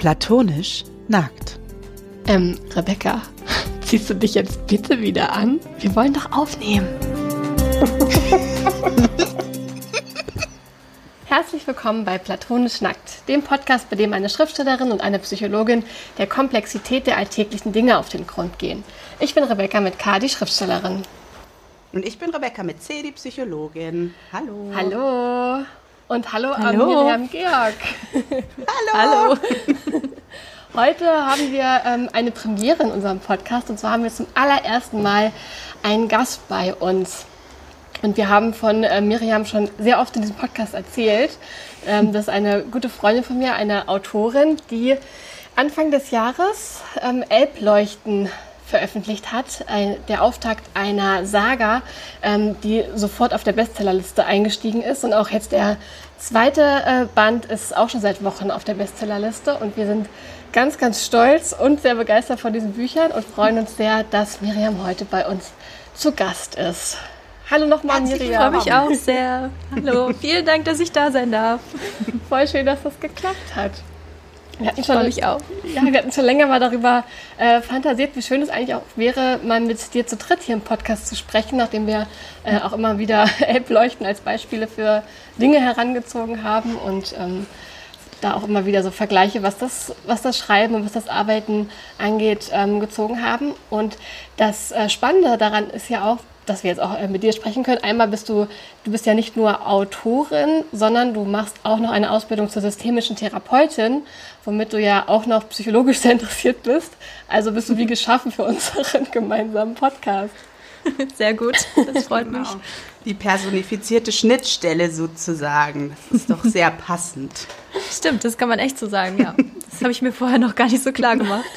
Platonisch nackt. Rebecca, ziehst du dich jetzt bitte wieder an? Wir wollen doch aufnehmen. Herzlich willkommen bei Platonisch nackt, dem Podcast, bei dem eine Schriftstellerin und eine Psychologin der Komplexität der alltäglichen Dinge auf den Grund gehen. Ich bin Rebecca mit K, die Schriftstellerin. Und ich bin Rebecca mit C, die Psychologin. Hallo. Hallo. Und hallo an Miriam Georg. Hallo. Heute haben wir eine Premiere in unserem Podcast, und zwar haben wir zum allerersten Mal einen Gast bei uns. Und wir haben von Miriam schon sehr oft in diesem Podcast erzählt. Das ist eine gute Freundin von mir, eine Autorin, die Anfang des Jahres Elbleuchten veröfflicht hat, der Auftakt einer Saga, die sofort auf der Bestsellerliste eingestiegen ist. Und auch jetzt der zweite Band ist auch schon seit Wochen auf der Bestsellerliste. Und wir sind ganz, ganz stolz und sehr begeistert von diesen Büchern und freuen uns sehr, dass Miriam heute bei uns zu Gast ist. Hallo nochmal, Miriam. Ich freue mich auch sehr. Hallo, vielen Dank, dass ich da sein darf. Voll schön, dass das geklappt hat. Wir hatten schon länger mal darüber fantasiert, wie schön es eigentlich auch wäre, mal mit dir zu dritt hier im Podcast zu sprechen, nachdem wir auch immer wieder Elbleuchten als Beispiele für Dinge herangezogen haben und da auch immer wieder so Vergleiche, was das Schreiben und was das Arbeiten angeht, gezogen haben. Und das Spannende daran ist ja auch, dass wir jetzt auch mit dir sprechen können. Einmal bist du bist ja nicht nur Autorin, sondern du machst auch noch eine Ausbildung zur systemischen Therapeutin, womit du ja auch noch psychologisch sehr interessiert bist. Also bist du wie geschaffen für unseren gemeinsamen Podcast. Sehr gut, das freut mich. Die personifizierte Schnittstelle sozusagen. Das ist doch sehr passend. Stimmt, das kann man echt so sagen, ja. Das habe ich mir vorher noch gar nicht so klar gemacht.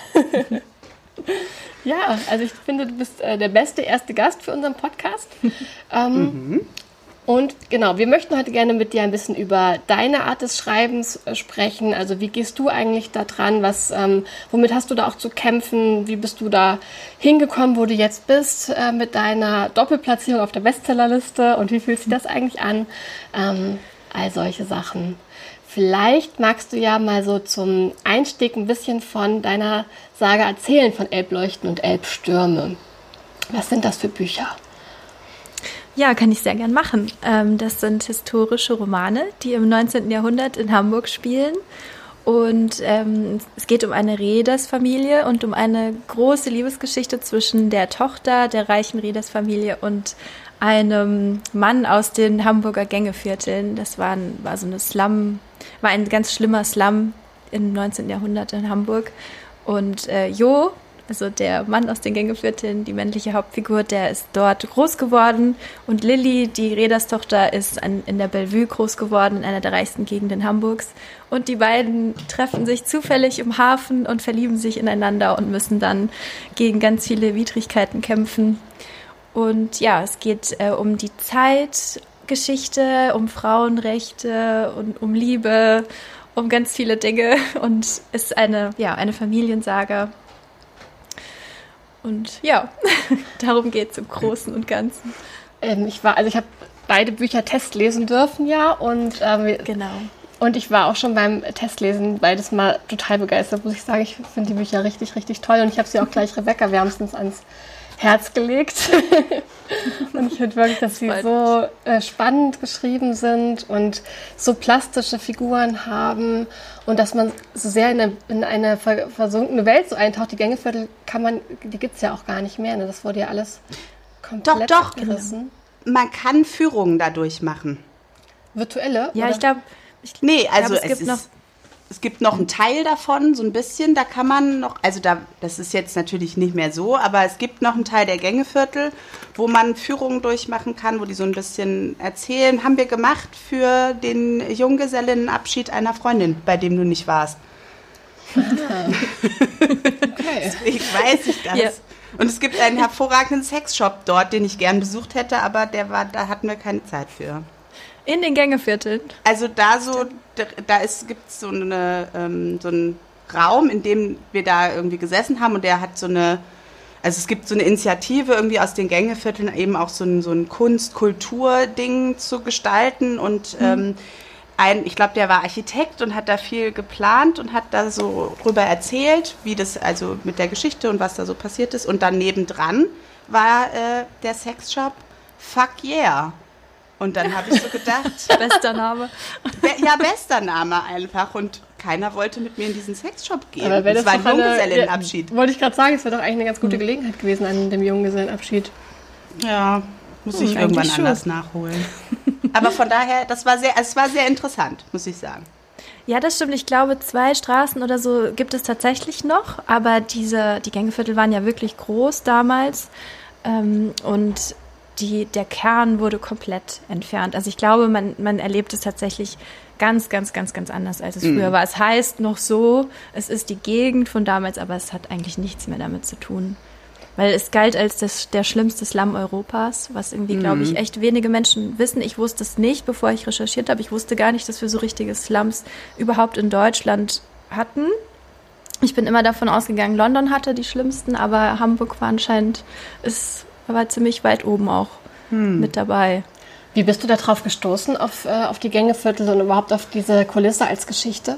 Ja, also ich finde, du bist der beste erste Gast für unseren Podcast. Und genau, wir möchten heute gerne mit dir ein bisschen über deine Art des Schreibens sprechen. Also wie gehst du eigentlich da dran? Womit hast du da auch zu kämpfen? Wie bist du da hingekommen, wo du jetzt bist mit deiner Doppelplatzierung auf der Bestsellerliste? Und wie fühlt sich das eigentlich an? All solche Sachen. Vielleicht magst du ja mal so zum Einstieg ein bisschen von deiner Saga erzählen, von Elbleuchten und Elbstürme. Was sind das für Bücher? Ja, kann ich sehr gern machen. Das sind historische Romane, die im 19. Jahrhundert in Hamburg spielen. Und es geht um eine Reedersfamilie und um eine große Liebesgeschichte zwischen der Tochter der reichen Reedersfamilie und einem Mann aus den Hamburger Gängevierteln. Das war ein ganz schlimmer Slum im 19. Jahrhundert in Hamburg. Und Jo, also der Mann aus den Gängevierteln, die männliche Hauptfigur, der ist dort groß geworden. Und Lilly, die Reederstochter, ist in der Bellevue groß geworden, in einer der reichsten Gegenden Hamburgs. Und die beiden treffen sich zufällig im Hafen und verlieben sich ineinander und müssen dann gegen ganz viele Widrigkeiten kämpfen. Und ja, es geht um die Zeitgeschichte, um Frauenrechte und um Liebe, um ganz viele Dinge und ist eine Familiensaga. Und ja, darum geht es im Großen und Ganzen. Ich habe beide Bücher testlesen dürfen, ja, und genau. Und ich war auch schon beim Testlesen beides mal total begeistert, muss ich sagen. Ich finde die Bücher richtig, richtig toll und ich habe sie auch gleich Rebecca wärmstens ans Herz gelegt. Und ich finde wirklich, dass sie so spannend geschrieben sind und so plastische Figuren haben und dass man so sehr in eine versunkene Welt so eintaucht. Die Gängeviertel die gibt es ja auch gar nicht mehr. Ne? Das wurde ja alles komplett abgerissen. Man kann Führungen dadurch machen. Virtuelle? Ja, oder? ich glaube... Es gibt noch einen Teil davon, so ein bisschen, da kann man noch, das ist jetzt natürlich nicht mehr so, aber es gibt noch einen Teil der Gängeviertel, wo man Führungen durchmachen kann, wo die so ein bisschen erzählen. Haben wir gemacht für den Junggesellinnenabschied einer Freundin, bei dem du nicht warst. Okay. Deswegen weiß ich das. Ja. Und es gibt einen hervorragenden Sexshop dort, den ich gern besucht hätte, aber da hatten wir keine Zeit für. In den Gängevierteln? Also gibt es so einen Raum, in dem wir da irgendwie gesessen haben und der hat es gibt so eine Initiative irgendwie aus den Gängevierteln eben auch so ein Kunst-Kultur-Ding zu gestalten und ich glaube, der war Architekt und hat da viel geplant und hat da so drüber erzählt, wie das also mit der Geschichte und was da so passiert ist. Und dann nebendran war der Sexshop Fuck Yeah. Und dann habe ich so gedacht... Bester Name. Bester Name einfach. Und keiner wollte mit mir in diesen Sexshop gehen. Aber das war ein Junggesellenabschied. Wollte ich gerade sagen, es wäre doch eigentlich eine ganz gute Gelegenheit gewesen an dem Junggesellenabschied. Ja, muss ich irgendwann anders nachholen. Aber von daher, es war sehr interessant, muss ich sagen. Ja, das stimmt. Ich glaube, 2 Straßen oder so gibt es tatsächlich noch. Aber die Gängeviertel waren ja wirklich groß damals. Und der Kern wurde komplett entfernt. Also ich glaube, man erlebt es tatsächlich ganz, ganz, ganz, ganz anders, als es früher war. Es heißt noch so, es ist die Gegend von damals, aber es hat eigentlich nichts mehr damit zu tun. Weil es galt als der schlimmste Slum Europas, was irgendwie, glaube ich, echt wenige Menschen wissen. Ich wusste es nicht, bevor ich recherchiert habe. Ich wusste gar nicht, dass wir so richtige Slums überhaupt in Deutschland hatten. Ich bin immer davon ausgegangen, London hatte die schlimmsten, aber Hamburg war anscheinend, war ziemlich weit oben auch mit dabei. Wie bist du da drauf gestoßen, auf die Gängeviertel und überhaupt auf diese Kulisse als Geschichte?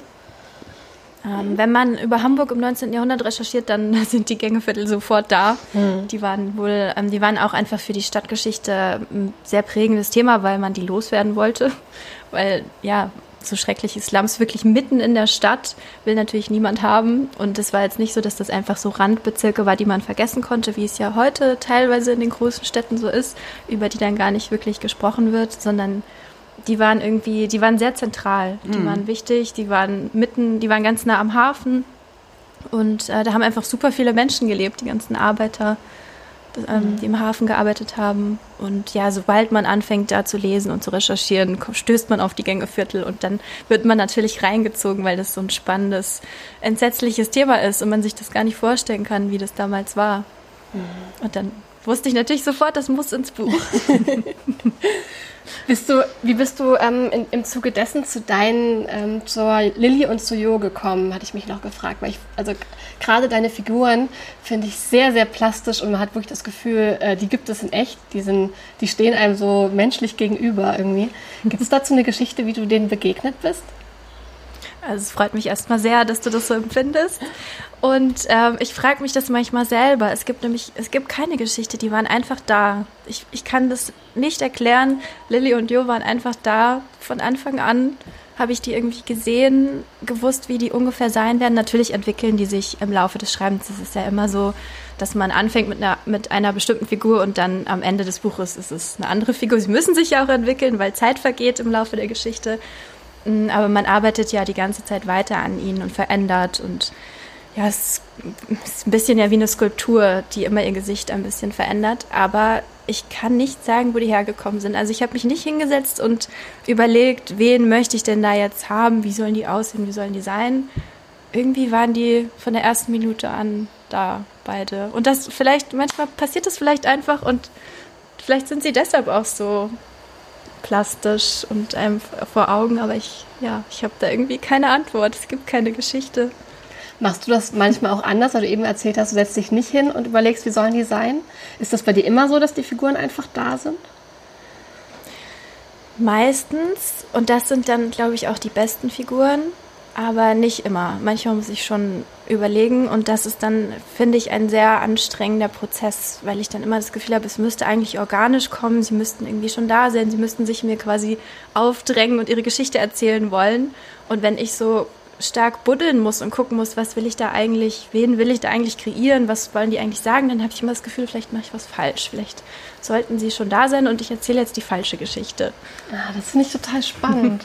Wenn man über Hamburg im 19. Jahrhundert recherchiert, dann sind die Gängeviertel sofort da. Die waren auch einfach für die Stadtgeschichte ein sehr prägendes Thema, weil man die loswerden wollte. Weil, ja, so schreckliche Slums wirklich mitten in der Stadt will natürlich niemand haben. Und es war jetzt nicht so, dass das einfach so Randbezirke war, die man vergessen konnte, wie es ja heute teilweise in den großen Städten so ist, über die dann gar nicht wirklich gesprochen wird, sondern die waren sehr zentral, die waren wichtig, die waren ganz nah am Hafen und da haben einfach super viele Menschen gelebt, die ganzen Arbeiter, die im Hafen gearbeitet haben. Und ja, sobald man anfängt, da zu lesen und zu recherchieren, stößt man auf die Gängeviertel und dann wird man natürlich reingezogen, weil das so ein spannendes, entsetzliches Thema ist und man sich das gar nicht vorstellen kann, wie das damals war. Und dann wusste ich natürlich sofort, das muss ins Buch. Wie bist du im Zuge dessen zur Lilly und zu Jo gekommen, hatte ich mich noch gefragt. Weil gerade deine Figuren finde ich sehr, sehr plastisch und man hat wirklich das Gefühl, die gibt es in echt. Die stehen einem so menschlich gegenüber irgendwie. Gibt es dazu eine Geschichte, wie du denen begegnet bist? Also es freut mich erstmal sehr, dass du das so empfindest. Und ich frage mich das manchmal selber. Es gibt keine Geschichte, die waren einfach da. Ich kann das nicht erklären. Lilly und Jo waren einfach da. Von Anfang an habe ich die irgendwie gesehen, gewusst, wie die ungefähr sein werden. Natürlich entwickeln die sich im Laufe des Schreibens. Es ist ja immer so, dass man anfängt mit einer bestimmten Figur und dann am Ende des Buches ist es eine andere Figur. Sie müssen sich ja auch entwickeln, weil Zeit vergeht im Laufe der Geschichte. Aber man arbeitet ja die ganze Zeit weiter an ihnen und verändert und ja, es ist ein bisschen ja wie eine Skulptur, die immer ihr Gesicht ein bisschen verändert, aber ich kann nicht sagen, wo die hergekommen sind. Also ich habe mich nicht hingesetzt und überlegt, wen möchte ich denn da jetzt haben, wie sollen die aussehen, wie sollen die sein. Irgendwie waren die von der ersten Minute an da, beide. Und manchmal passiert das vielleicht einfach und vielleicht sind sie deshalb auch so plastisch und einem vor Augen, aber ich habe da irgendwie keine Antwort. Es gibt keine Geschichte. Machst du das manchmal auch anders, weil du eben erzählt hast, du setzt dich nicht hin und überlegst, wie sollen die sein? Ist das bei dir immer so, dass die Figuren einfach da sind? Meistens. Und das sind dann, glaube ich, auch die besten Figuren. Aber nicht immer. Manchmal muss ich schon überlegen und das ist dann, finde ich, ein sehr anstrengender Prozess, weil ich dann immer das Gefühl habe, es müsste eigentlich organisch kommen, sie müssten irgendwie schon da sein, sie müssten sich mir quasi aufdrängen und ihre Geschichte erzählen wollen. Und wenn ich so stark buddeln muss und gucken muss, wen will ich da eigentlich kreieren, was wollen die eigentlich sagen, dann habe ich immer das Gefühl, vielleicht mache ich was falsch. Vielleicht sollten sie schon da sein und ich erzähle jetzt die falsche Geschichte. Das finde ich total spannend.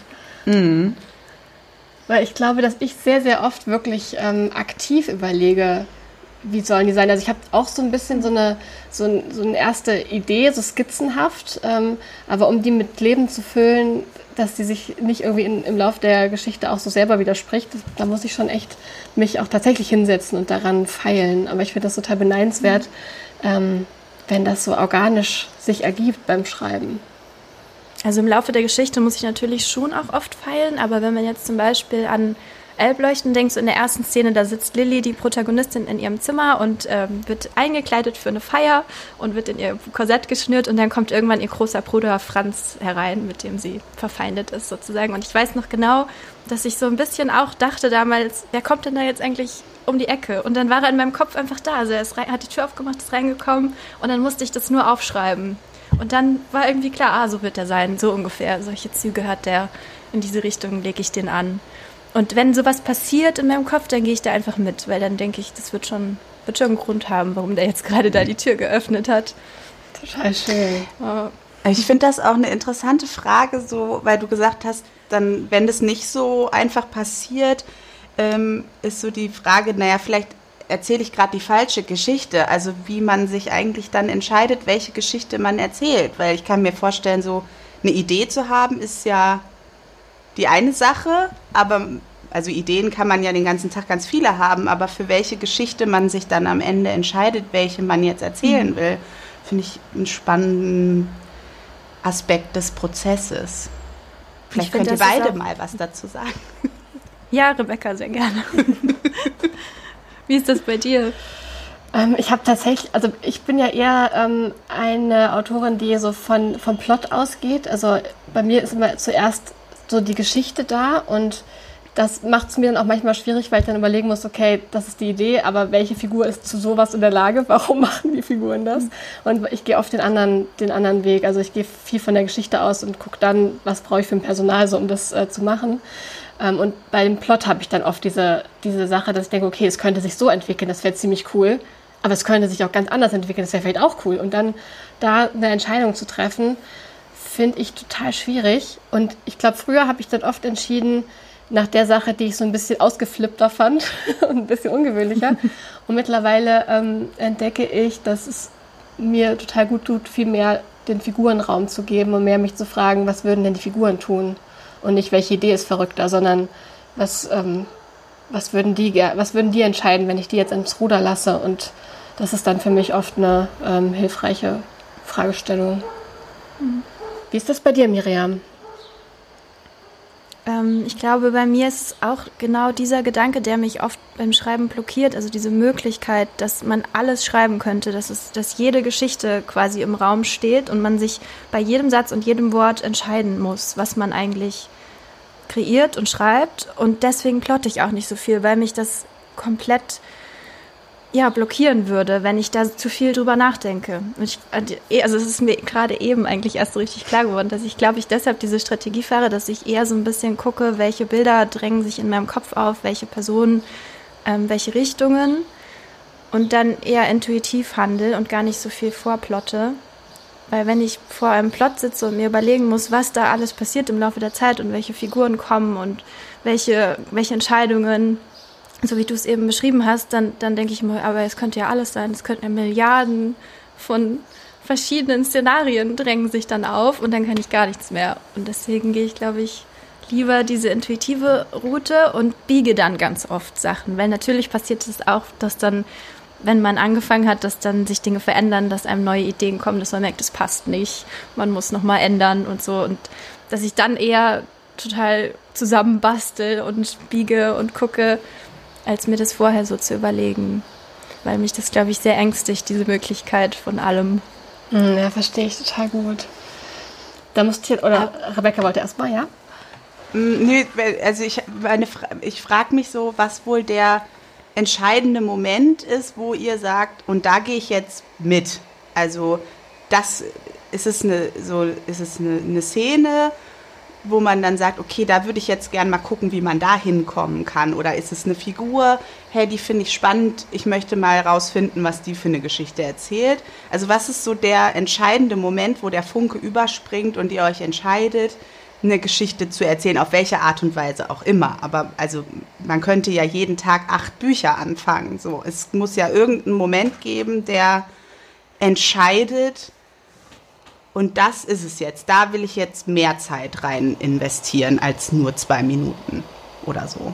Weil ich glaube, dass ich sehr, sehr oft wirklich aktiv überlege, wie sollen die sein. Also ich habe auch so ein bisschen so eine erste Idee, so skizzenhaft, aber um die mit Leben zu füllen, dass die sich nicht irgendwie im Lauf der Geschichte auch so selber widerspricht, da muss ich schon echt mich auch tatsächlich hinsetzen und daran feilen. Aber ich finde das total beneidenswert, wenn das so organisch sich ergibt beim Schreiben. Also im Laufe der Geschichte muss ich natürlich schon auch oft feilen, aber wenn man jetzt zum Beispiel an Elbleuchten denkst du in der ersten Szene, da sitzt Lilly, die Protagonistin, in ihrem Zimmer und wird eingekleidet für eine Feier und wird in ihr Korsett geschnürt und dann kommt irgendwann ihr großer Bruder Franz herein, mit dem sie verfeindet ist sozusagen. Und ich weiß noch genau, dass ich so ein bisschen auch dachte damals, wer kommt denn da jetzt eigentlich um die Ecke? Und dann war er in meinem Kopf einfach da. Also er hat die Tür aufgemacht, ist reingekommen und dann musste ich das nur aufschreiben. Und dann war irgendwie klar, so wird er sein, so ungefähr. Solche Züge hat der, in diese Richtung lege ich den an. Und wenn sowas passiert in meinem Kopf, dann gehe ich da einfach mit, weil dann denke ich, das wird schon einen Grund haben, warum der jetzt gerade da die Tür geöffnet hat. Total schön. Ja. Ich finde das auch eine interessante Frage, so, weil du gesagt hast, dann, wenn das nicht so einfach passiert, ist so die Frage, naja, vielleicht erzähle ich gerade die falsche Geschichte, also wie man sich eigentlich dann entscheidet, welche Geschichte man erzählt, weil ich kann mir vorstellen, so eine Idee zu haben, ist ja die eine Sache, aber also Ideen kann man ja den ganzen Tag ganz viele haben, aber für welche Geschichte man sich dann am Ende entscheidet, welche man jetzt erzählen will, finde ich einen spannenden Aspekt des Prozesses. Vielleicht könnt ihr beide mal was dazu sagen. Ja, Rebecca, sehr gerne. Wie ist das bei dir? Ich habe tatsächlich, also ich bin ja eher eine Autorin, die so vom Plot ausgeht. Also bei mir ist immer zuerst so die Geschichte da und das macht es mir dann auch manchmal schwierig, weil ich dann überlegen muss, okay, das ist die Idee, aber welche Figur ist zu sowas in der Lage? Warum machen die Figuren das? Und ich gehe auf den anderen Weg. Also ich gehe viel von der Geschichte aus und gucke dann, was brauche ich für ein Personal, so um das zu machen. Und bei dem Plot habe ich dann oft diese Sache, dass ich denke, okay, es könnte sich so entwickeln, das wäre ziemlich cool, aber es könnte sich auch ganz anders entwickeln, das wäre vielleicht auch cool. Und dann da eine Entscheidung zu treffen, finde ich total schwierig. Und ich glaube, früher habe ich dann oft entschieden, nach der Sache, die ich so ein bisschen ausgeflippter fand und ein bisschen ungewöhnlicher. Und mittlerweile entdecke ich, dass es mir total gut tut, viel mehr den Figuren Raum zu geben und mehr mich zu fragen, was würden denn die Figuren tun? Und nicht, welche Idee ist verrückter, sondern was würden die entscheiden, wenn ich die jetzt ins Ruder lasse? Und das ist dann für mich oft eine hilfreiche Fragestellung. Mhm. Wie ist das bei dir, Miriam? Ich glaube, bei mir ist es auch genau dieser Gedanke, der mich oft beim Schreiben blockiert, also diese Möglichkeit, dass man alles schreiben könnte, dass jede Geschichte quasi im Raum steht und man sich bei jedem Satz und jedem Wort entscheiden muss, was man eigentlich kreiert und schreibt. Und deswegen plotte ich auch nicht so viel, weil mich das komplett blockieren würde, wenn ich da zu viel drüber nachdenke. Also es ist mir gerade eben eigentlich erst so richtig klar geworden, dass ich deshalb diese Strategie fahre, dass ich eher so ein bisschen gucke, welche Bilder drängen sich in meinem Kopf auf, welche Personen, welche Richtungen und dann eher intuitiv handle und gar nicht so viel vorplotte. Weil wenn ich vor einem Plot sitze und mir überlegen muss, was da alles passiert im Laufe der Zeit und welche Figuren kommen und welche Entscheidungen, so wie du es eben beschrieben hast, dann denke ich mir, aber es könnte ja alles sein. Es könnten ja Milliarden von verschiedenen Szenarien drängen sich dann auf und dann kann ich gar nichts mehr. Und deswegen gehe ich, glaube ich, lieber diese intuitive Route und biege dann ganz oft Sachen. Weil natürlich passiert es auch, dass dann, wenn man angefangen hat, dass dann sich Dinge verändern, dass einem neue Ideen kommen, dass man merkt, es passt nicht, man muss nochmal ändern und so. Und dass ich dann eher total zusammenbastel und biege und gucke, als mir das vorher so zu überlegen. Weil mich das, glaube ich, sehr ängstigt, diese Möglichkeit von allem. Ja, verstehe ich total gut. Da musst du, oder Rebecca wollte erstmal, ja? Nee, also ich frage mich so, was wohl der entscheidende Moment ist, wo ihr sagt, und da gehe ich jetzt mit. Also ist es eine Szene, wo man dann sagt, okay, da würde ich jetzt gern mal gucken, wie man da hinkommen kann. Oder ist es eine Figur, hey, die finde ich spannend, ich möchte mal rausfinden, was die für eine Geschichte erzählt. Also was ist so der entscheidende Moment, wo der Funke überspringt und ihr euch entscheidet, eine Geschichte zu erzählen, auf welche Art und Weise auch immer. Aber also man könnte ja jeden Tag 8 Bücher anfangen. So, es muss ja irgendeinen Moment geben, der entscheidet, und das ist es jetzt. Da will ich jetzt mehr Zeit rein investieren als nur 2 Minuten oder so.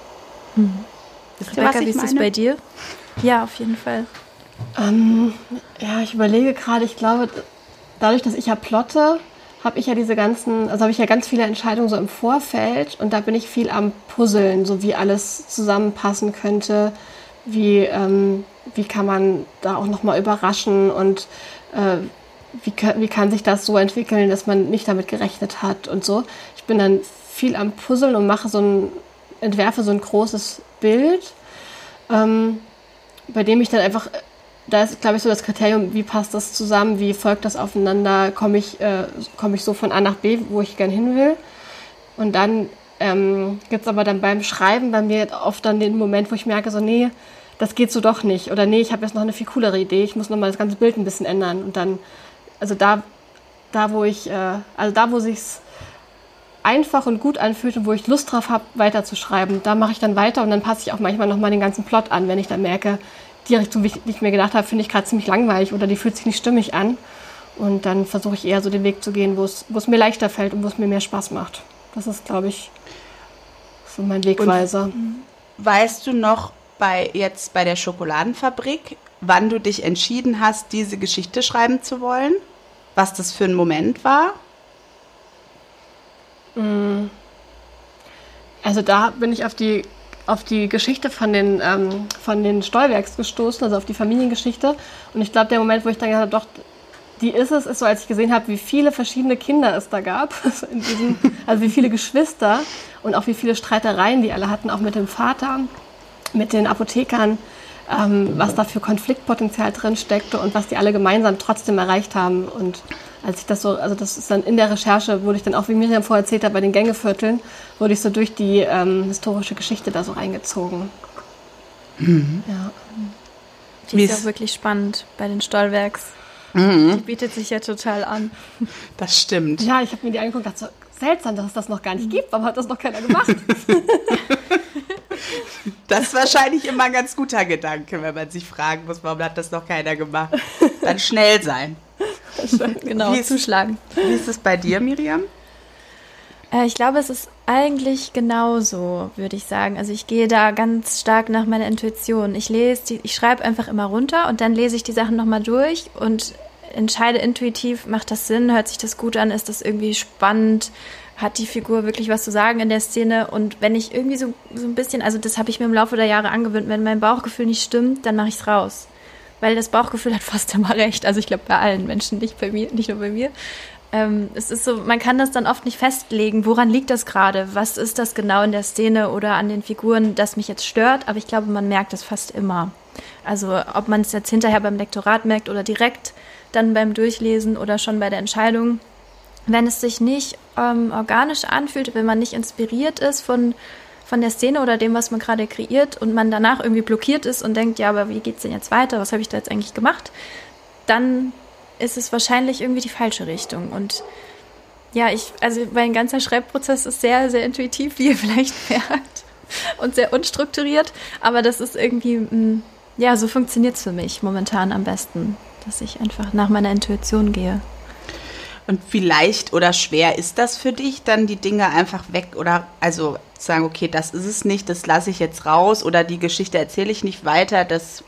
Rebecca, wie ist das bei dir? Ja, auf jeden Fall. Ja, ich überlege gerade, ich glaube, dadurch, dass ich ja plotte, habe ich ja habe ich ja ganz viele Entscheidungen so im Vorfeld und da bin ich viel am Puzzeln, so wie alles zusammenpassen könnte, wie kann man da auch nochmal überraschen und wie kann sich das so entwickeln, dass man nicht damit gerechnet hat und so. Ich bin dann viel am Puzzeln und entwerfe so ein großes Bild, bei dem ich dann einfach, da ist, glaube ich, so das Kriterium, wie passt das zusammen, wie folgt das aufeinander, komme ich so von A nach B, wo ich gern hin will. Und dann gibt es aber dann beim Schreiben bei mir oft dann den Moment, wo ich merke, so nee, das geht so doch nicht. Oder nee, ich habe jetzt noch eine viel coolere Idee, ich muss nochmal das ganze Bild ein bisschen ändern. Und dann, also da wo sich's einfach und gut anfühlt und wo ich Lust drauf habe, weiterzuschreiben, da mache ich dann weiter und dann passe ich auch manchmal nochmal den ganzen Plot an, wenn ich dann merke, die Richtung, die ich mir gedacht habe, finde ich gerade ziemlich langweilig oder die fühlt sich nicht stimmig an. Und dann versuche ich eher so den Weg zu gehen, wo es mir leichter fällt und wo es mir mehr Spaß macht. Das ist, glaube ich, so mein Wegweiser. Und weißt du noch bei der Schokoladenfabrik, wann du dich entschieden hast, diese Geschichte schreiben zu wollen? Was das für ein Moment war? Also da bin ich auf die Geschichte von den Stollwerks gestoßen, also auf die Familiengeschichte. Und ich glaube, der Moment, wo ich dann gesagt habe, doch, die ist so, als ich gesehen habe, wie viele verschiedene Kinder es da gab, also wie viele Geschwister und auch wie viele Streitereien die alle hatten, auch mit dem Vater, mit den Apothekern, was da für Konfliktpotenzial drin steckte und was die alle gemeinsam trotzdem erreicht haben. Und als ich das ist dann in der Recherche, wurde ich dann auch, wie Miriam vorher erzählt hat, bei den Gängevierteln, wurde ich so durch die historische Geschichte da so reingezogen. Mhm. Ja. Die ist auch wirklich spannend bei den Stollwerks. Mhm. Die bietet sich ja total an. Das stimmt. Ja, ich habe mir die angeguckt und dachte, so seltsam, dass es das noch gar nicht gibt. Warum hat das noch keiner gemacht? Das ist wahrscheinlich immer ein ganz guter Gedanke, wenn man sich fragen muss, warum hat das noch keiner gemacht. Dann schnell sein. Genau, zuschlagen. Wie ist es bei dir, Miriam? Ich glaube, es ist eigentlich genauso, würde ich sagen. Also ich gehe da ganz stark nach meiner Intuition. Ich schreibe einfach immer runter und dann lese ich die Sachen nochmal durch und entscheide intuitiv, macht das Sinn, hört sich das gut an, ist das irgendwie spannend, hat die Figur wirklich was zu sagen in der Szene? Und wenn ich irgendwie so ein bisschen, also das habe ich mir im Laufe der Jahre angewöhnt, wenn mein Bauchgefühl nicht stimmt, dann mache ich es raus. Weil das Bauchgefühl hat fast immer recht. Also ich glaube bei allen Menschen, nicht nur bei mir. Es ist so, man kann das dann oft nicht festlegen, woran liegt das gerade? Was ist das genau in der Szene oder an den Figuren, das mich jetzt stört? Aber ich glaube, man merkt es fast immer. Also ob man es jetzt hinterher beim Lektorat merkt oder direkt dann beim Durchlesen oder schon bei der Entscheidung. Wenn es sich nicht organisch anfühlt, wenn man nicht inspiriert ist von der Szene oder dem, was man gerade kreiert und man danach irgendwie blockiert ist und denkt, ja, aber wie geht's denn jetzt weiter? Was habe ich da jetzt eigentlich gemacht? Dann ist es wahrscheinlich irgendwie die falsche Richtung. Und ja, mein ganzer Schreibprozess ist sehr, sehr intuitiv, wie ihr vielleicht merkt, und sehr unstrukturiert. Aber das ist irgendwie, ja, so funktioniert es für mich momentan am besten, dass ich einfach nach meiner Intuition gehe. Und wie leicht oder schwer ist das für dich, dann die Dinge einfach weg oder also sagen, okay, das ist es nicht, das lasse ich jetzt raus oder die Geschichte erzähle ich nicht weiter, das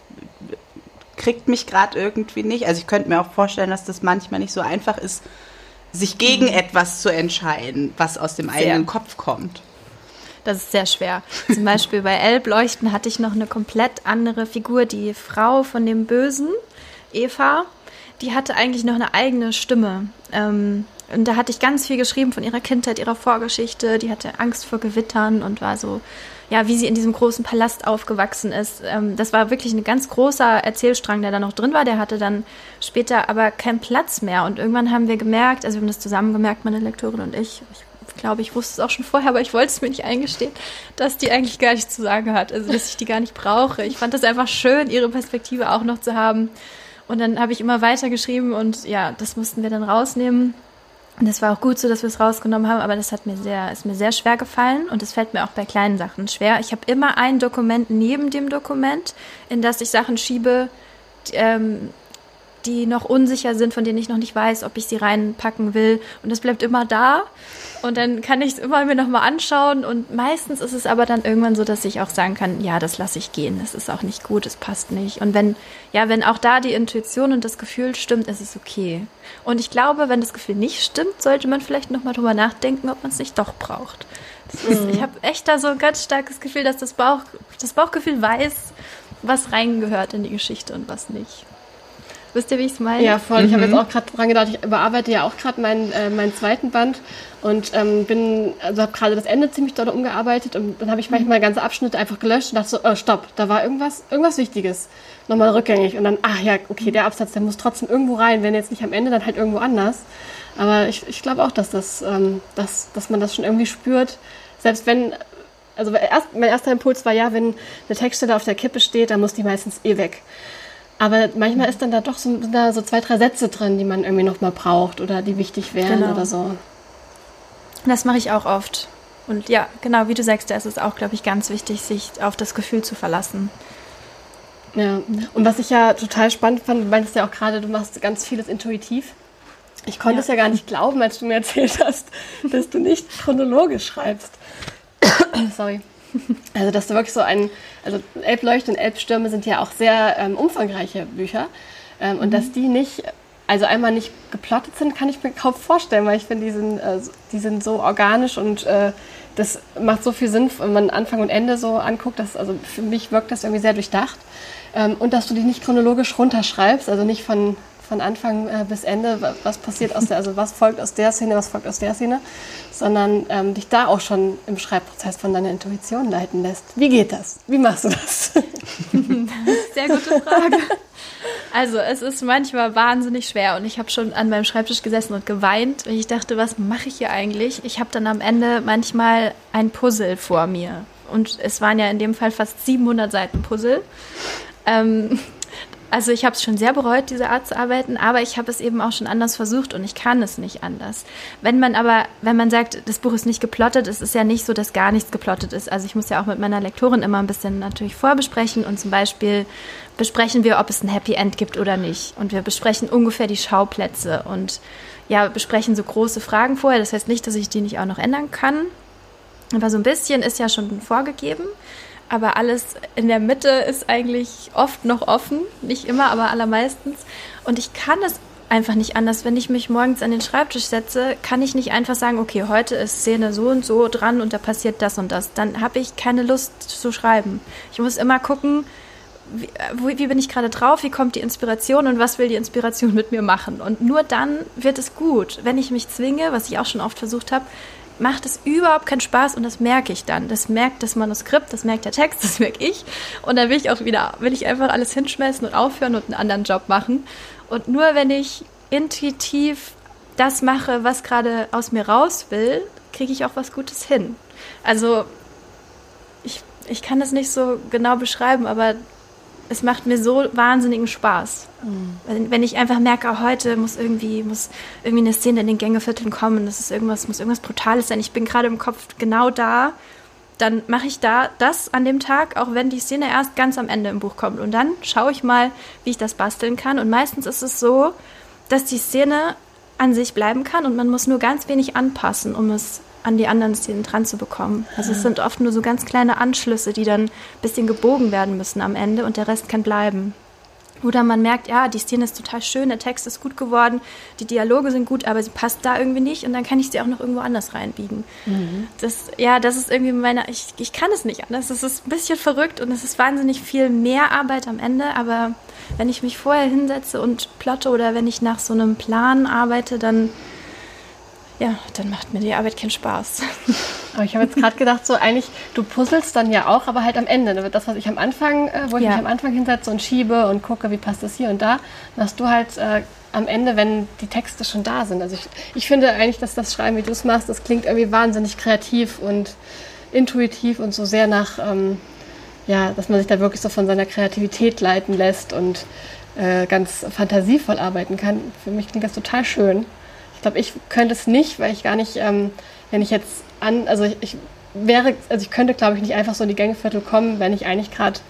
kriegt mich gerade irgendwie nicht. Also ich könnte mir auch vorstellen, dass das manchmal nicht so einfach ist, sich gegen etwas zu entscheiden, was aus dem eigenen Kopf kommt. Das ist sehr schwer. Zum Beispiel bei Elbleuchten hatte ich noch eine komplett andere Figur, die Frau von dem Bösen, Eva. Die hatte eigentlich noch eine eigene Stimme. Und da hatte ich ganz viel geschrieben von ihrer Kindheit, ihrer Vorgeschichte. Die hatte Angst vor Gewittern und war so, ja, wie sie in diesem großen Palast aufgewachsen ist. Das war wirklich ein ganz großer Erzählstrang, der da noch drin war. Der hatte dann später aber keinen Platz mehr. Und irgendwann haben wir gemerkt, also wir haben das zusammen gemerkt, meine Lektorin und ich glaube, ich wusste es auch schon vorher, aber ich wollte es mir nicht eingestehen, dass die eigentlich gar nichts zu sagen hat. Also, dass ich die gar nicht brauche. Ich fand das einfach schön, ihre Perspektive auch noch zu haben. Und dann habe ich immer weiter geschrieben und ja, das mussten wir dann rausnehmen. Und das war auch gut so, dass wir es rausgenommen haben, aber das ist mir sehr schwer gefallen und es fällt mir auch bei kleinen Sachen schwer. Ich habe immer ein Dokument neben dem Dokument, in das ich Sachen schiebe, die noch unsicher sind, von denen ich noch nicht weiß, ob ich sie reinpacken will. Und das bleibt immer da. Und dann kann ich es immer mir nochmal anschauen. Und meistens ist es aber dann irgendwann so, dass ich auch sagen kann, ja, das lasse ich gehen. Das ist auch nicht gut, es passt nicht. Und wenn auch da die Intuition und das Gefühl stimmt, ist es okay. Und ich glaube, wenn das Gefühl nicht stimmt, sollte man vielleicht nochmal drüber nachdenken, ob man es nicht doch braucht. Ich habe echt da so ein ganz starkes Gefühl, dass das Bauchgefühl weiß, was reingehört in die Geschichte und was nicht. Wisst ihr, wie ich es meine? Ja, voll. Ich habe jetzt auch gerade dran gedacht, ich überarbeite ja auch gerade meinen zweiten Band und habe gerade das Ende ziemlich doll umgearbeitet und dann habe ich manchmal ganze Abschnitte einfach gelöscht und dachte so, stopp, da war irgendwas Wichtiges. Nochmal rückgängig und dann, okay, der Absatz, der muss trotzdem irgendwo rein, wenn jetzt nicht am Ende, dann halt irgendwo anders. Aber ich glaube auch, dass dass man das schon irgendwie spürt, selbst wenn, also mein erster Impuls war wenn eine Textstelle auf der Kippe steht, dann muss die meistens weg. Aber manchmal ist dann da doch so 2, 3 Sätze drin, die man irgendwie nochmal braucht oder die wichtig wären oder so. Das mache ich auch oft. Und ja, genau, wie du sagst, da ist es auch, glaube ich, ganz wichtig, sich auf das Gefühl zu verlassen. Ja, und was ich ja total spannend fand, du meintest ja auch gerade, du machst ganz vieles intuitiv. Ich konnte es ja gar nicht glauben, als du mir erzählt hast, dass du nicht chronologisch schreibst. Sorry. Also, dass du wirklich also Elbleuchte und Elbstürme sind ja auch sehr umfangreiche Bücher. Und dass die nicht, also einmal nicht geplottet sind, kann ich mir kaum vorstellen, weil ich finde, die sind so organisch und das macht so viel Sinn, wenn man Anfang und Ende so anguckt. Also für mich wirkt das irgendwie sehr durchdacht. Und dass du die nicht chronologisch runterschreibst, also nicht von Anfang bis Ende, was passiert also was folgt aus der Szene, was folgt aus der Szene, sondern dich da auch schon im Schreibprozess von deiner Intuition leiten lässt. Wie geht das? Wie machst du das? Sehr gute Frage. Also es ist manchmal wahnsinnig schwer und ich habe schon an meinem Schreibtisch gesessen und geweint, weil ich dachte, was mache ich hier eigentlich? Ich habe dann am Ende manchmal ein Puzzle vor mir und es waren ja in dem Fall fast 700 Seiten Puzzle. Also ich habe es schon sehr bereut, diese Art zu arbeiten, aber ich habe es eben auch schon anders versucht und ich kann es nicht anders. Wenn man sagt, das Buch ist nicht geplottet, es ist ja nicht so, dass gar nichts geplottet ist. Also ich muss ja auch mit meiner Lektorin immer ein bisschen natürlich vorbesprechen und zum Beispiel besprechen wir, ob es ein Happy End gibt oder nicht. Und wir besprechen ungefähr die Schauplätze und besprechen so große Fragen vorher. Das heißt nicht, dass ich die nicht auch noch ändern kann, aber so ein bisschen ist ja schon vorgegeben. Aber alles in der Mitte ist eigentlich oft noch offen. Nicht immer, aber allermeistens. Und ich kann es einfach nicht anders. Wenn ich mich morgens an den Schreibtisch setze, kann ich nicht einfach sagen, okay, heute ist Szene so und so dran und da passiert das und das. Dann habe ich keine Lust zu schreiben. Ich muss immer gucken, wie bin ich gerade drauf, wie kommt die Inspiration und was will die Inspiration mit mir machen. Und nur dann wird es gut. Wenn ich mich zwinge, was ich auch schon oft versucht habe, macht es überhaupt keinen Spaß und das merke ich dann. Das merkt das Manuskript, das merkt der Text, das merke ich. Und dann will ich einfach alles hinschmeißen und aufhören und einen anderen Job machen. Und nur wenn ich intuitiv das mache, was gerade aus mir raus will, kriege ich auch was Gutes hin. Also ich kann das nicht so genau beschreiben, aber es macht mir so wahnsinnigen Spaß. Wenn ich einfach merke, heute muss irgendwie eine Szene in den Gängevierteln kommen, muss irgendwas Brutales sein, ich bin gerade im Kopf genau da, dann mache ich das an dem Tag, auch wenn die Szene erst ganz am Ende im Buch kommt. Und dann schaue ich mal, wie ich das basteln kann. Und meistens ist es so, dass die Szene an sich bleiben kann und man muss nur ganz wenig anpassen, um es an die anderen Szenen dran zu bekommen. Also es sind oft nur so ganz kleine Anschlüsse, die dann ein bisschen gebogen werden müssen am Ende und der Rest kann bleiben. Oder man merkt, ja, die Szene ist total schön, der Text ist gut geworden, die Dialoge sind gut, aber sie passt da irgendwie nicht und dann kann ich sie auch noch irgendwo anders reinbiegen. Das ist irgendwie ich kann es nicht anders. Das ist ein bisschen verrückt und es ist wahnsinnig viel mehr Arbeit am Ende, aber wenn ich mich vorher hinsetze und plotte oder wenn ich nach so einem Plan arbeite, dann macht mir die Arbeit keinen Spaß. Aber ich habe jetzt gerade gedacht, so eigentlich, du puzzelst dann ja auch, aber halt am Ende. Das, was ich am Anfang, wo ich mich am Anfang hinsetze und schiebe und gucke, wie passt das hier und da, machst du halt am Ende, wenn die Texte schon da sind. Also ich finde eigentlich, dass das Schreiben, wie du es machst, das klingt irgendwie wahnsinnig kreativ und intuitiv und so sehr nach, dass man sich da wirklich so von seiner Kreativität leiten lässt und ganz fantasievoll arbeiten kann. Für mich klingt das total schön. Ich glaube, ich könnte es nicht, weil ich gar nicht, wenn ich jetzt ich könnte, glaube ich, nicht einfach so in die Gängeviertel kommen, wenn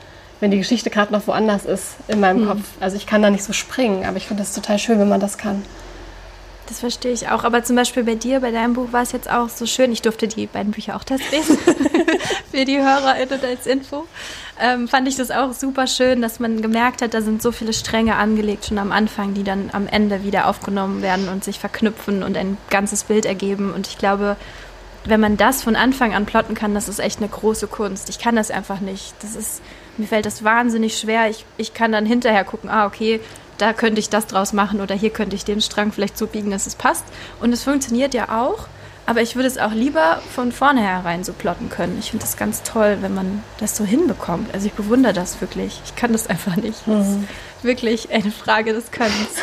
wenn die Geschichte gerade noch woanders ist in meinem Kopf. Also ich kann da nicht so springen, aber ich finde das total schön, wenn man das kann. Das verstehe ich auch. Aber zum Beispiel bei dir, bei deinem Buch war es jetzt auch so schön. Ich durfte die beiden Bücher auch testlesen für die HörerInnen als Info. Fand ich das auch super schön, dass man gemerkt hat, da sind so viele Stränge angelegt schon am Anfang, die dann am Ende wieder aufgenommen werden und sich verknüpfen und ein ganzes Bild ergeben. Und ich glaube, wenn man das von Anfang an plotten kann, das ist echt eine große Kunst. Ich kann das einfach nicht. Mir fällt das wahnsinnig schwer. Ich kann dann hinterher gucken, okay, da könnte ich das draus machen oder hier könnte ich den Strang vielleicht so biegen, dass es passt. Und es funktioniert ja auch, aber ich würde es auch lieber von vornherein so plotten können. Ich finde das ganz toll, wenn man das so hinbekommt. Also ich bewundere das wirklich. Ich kann das einfach nicht. Das ist wirklich eine Frage des Könnens.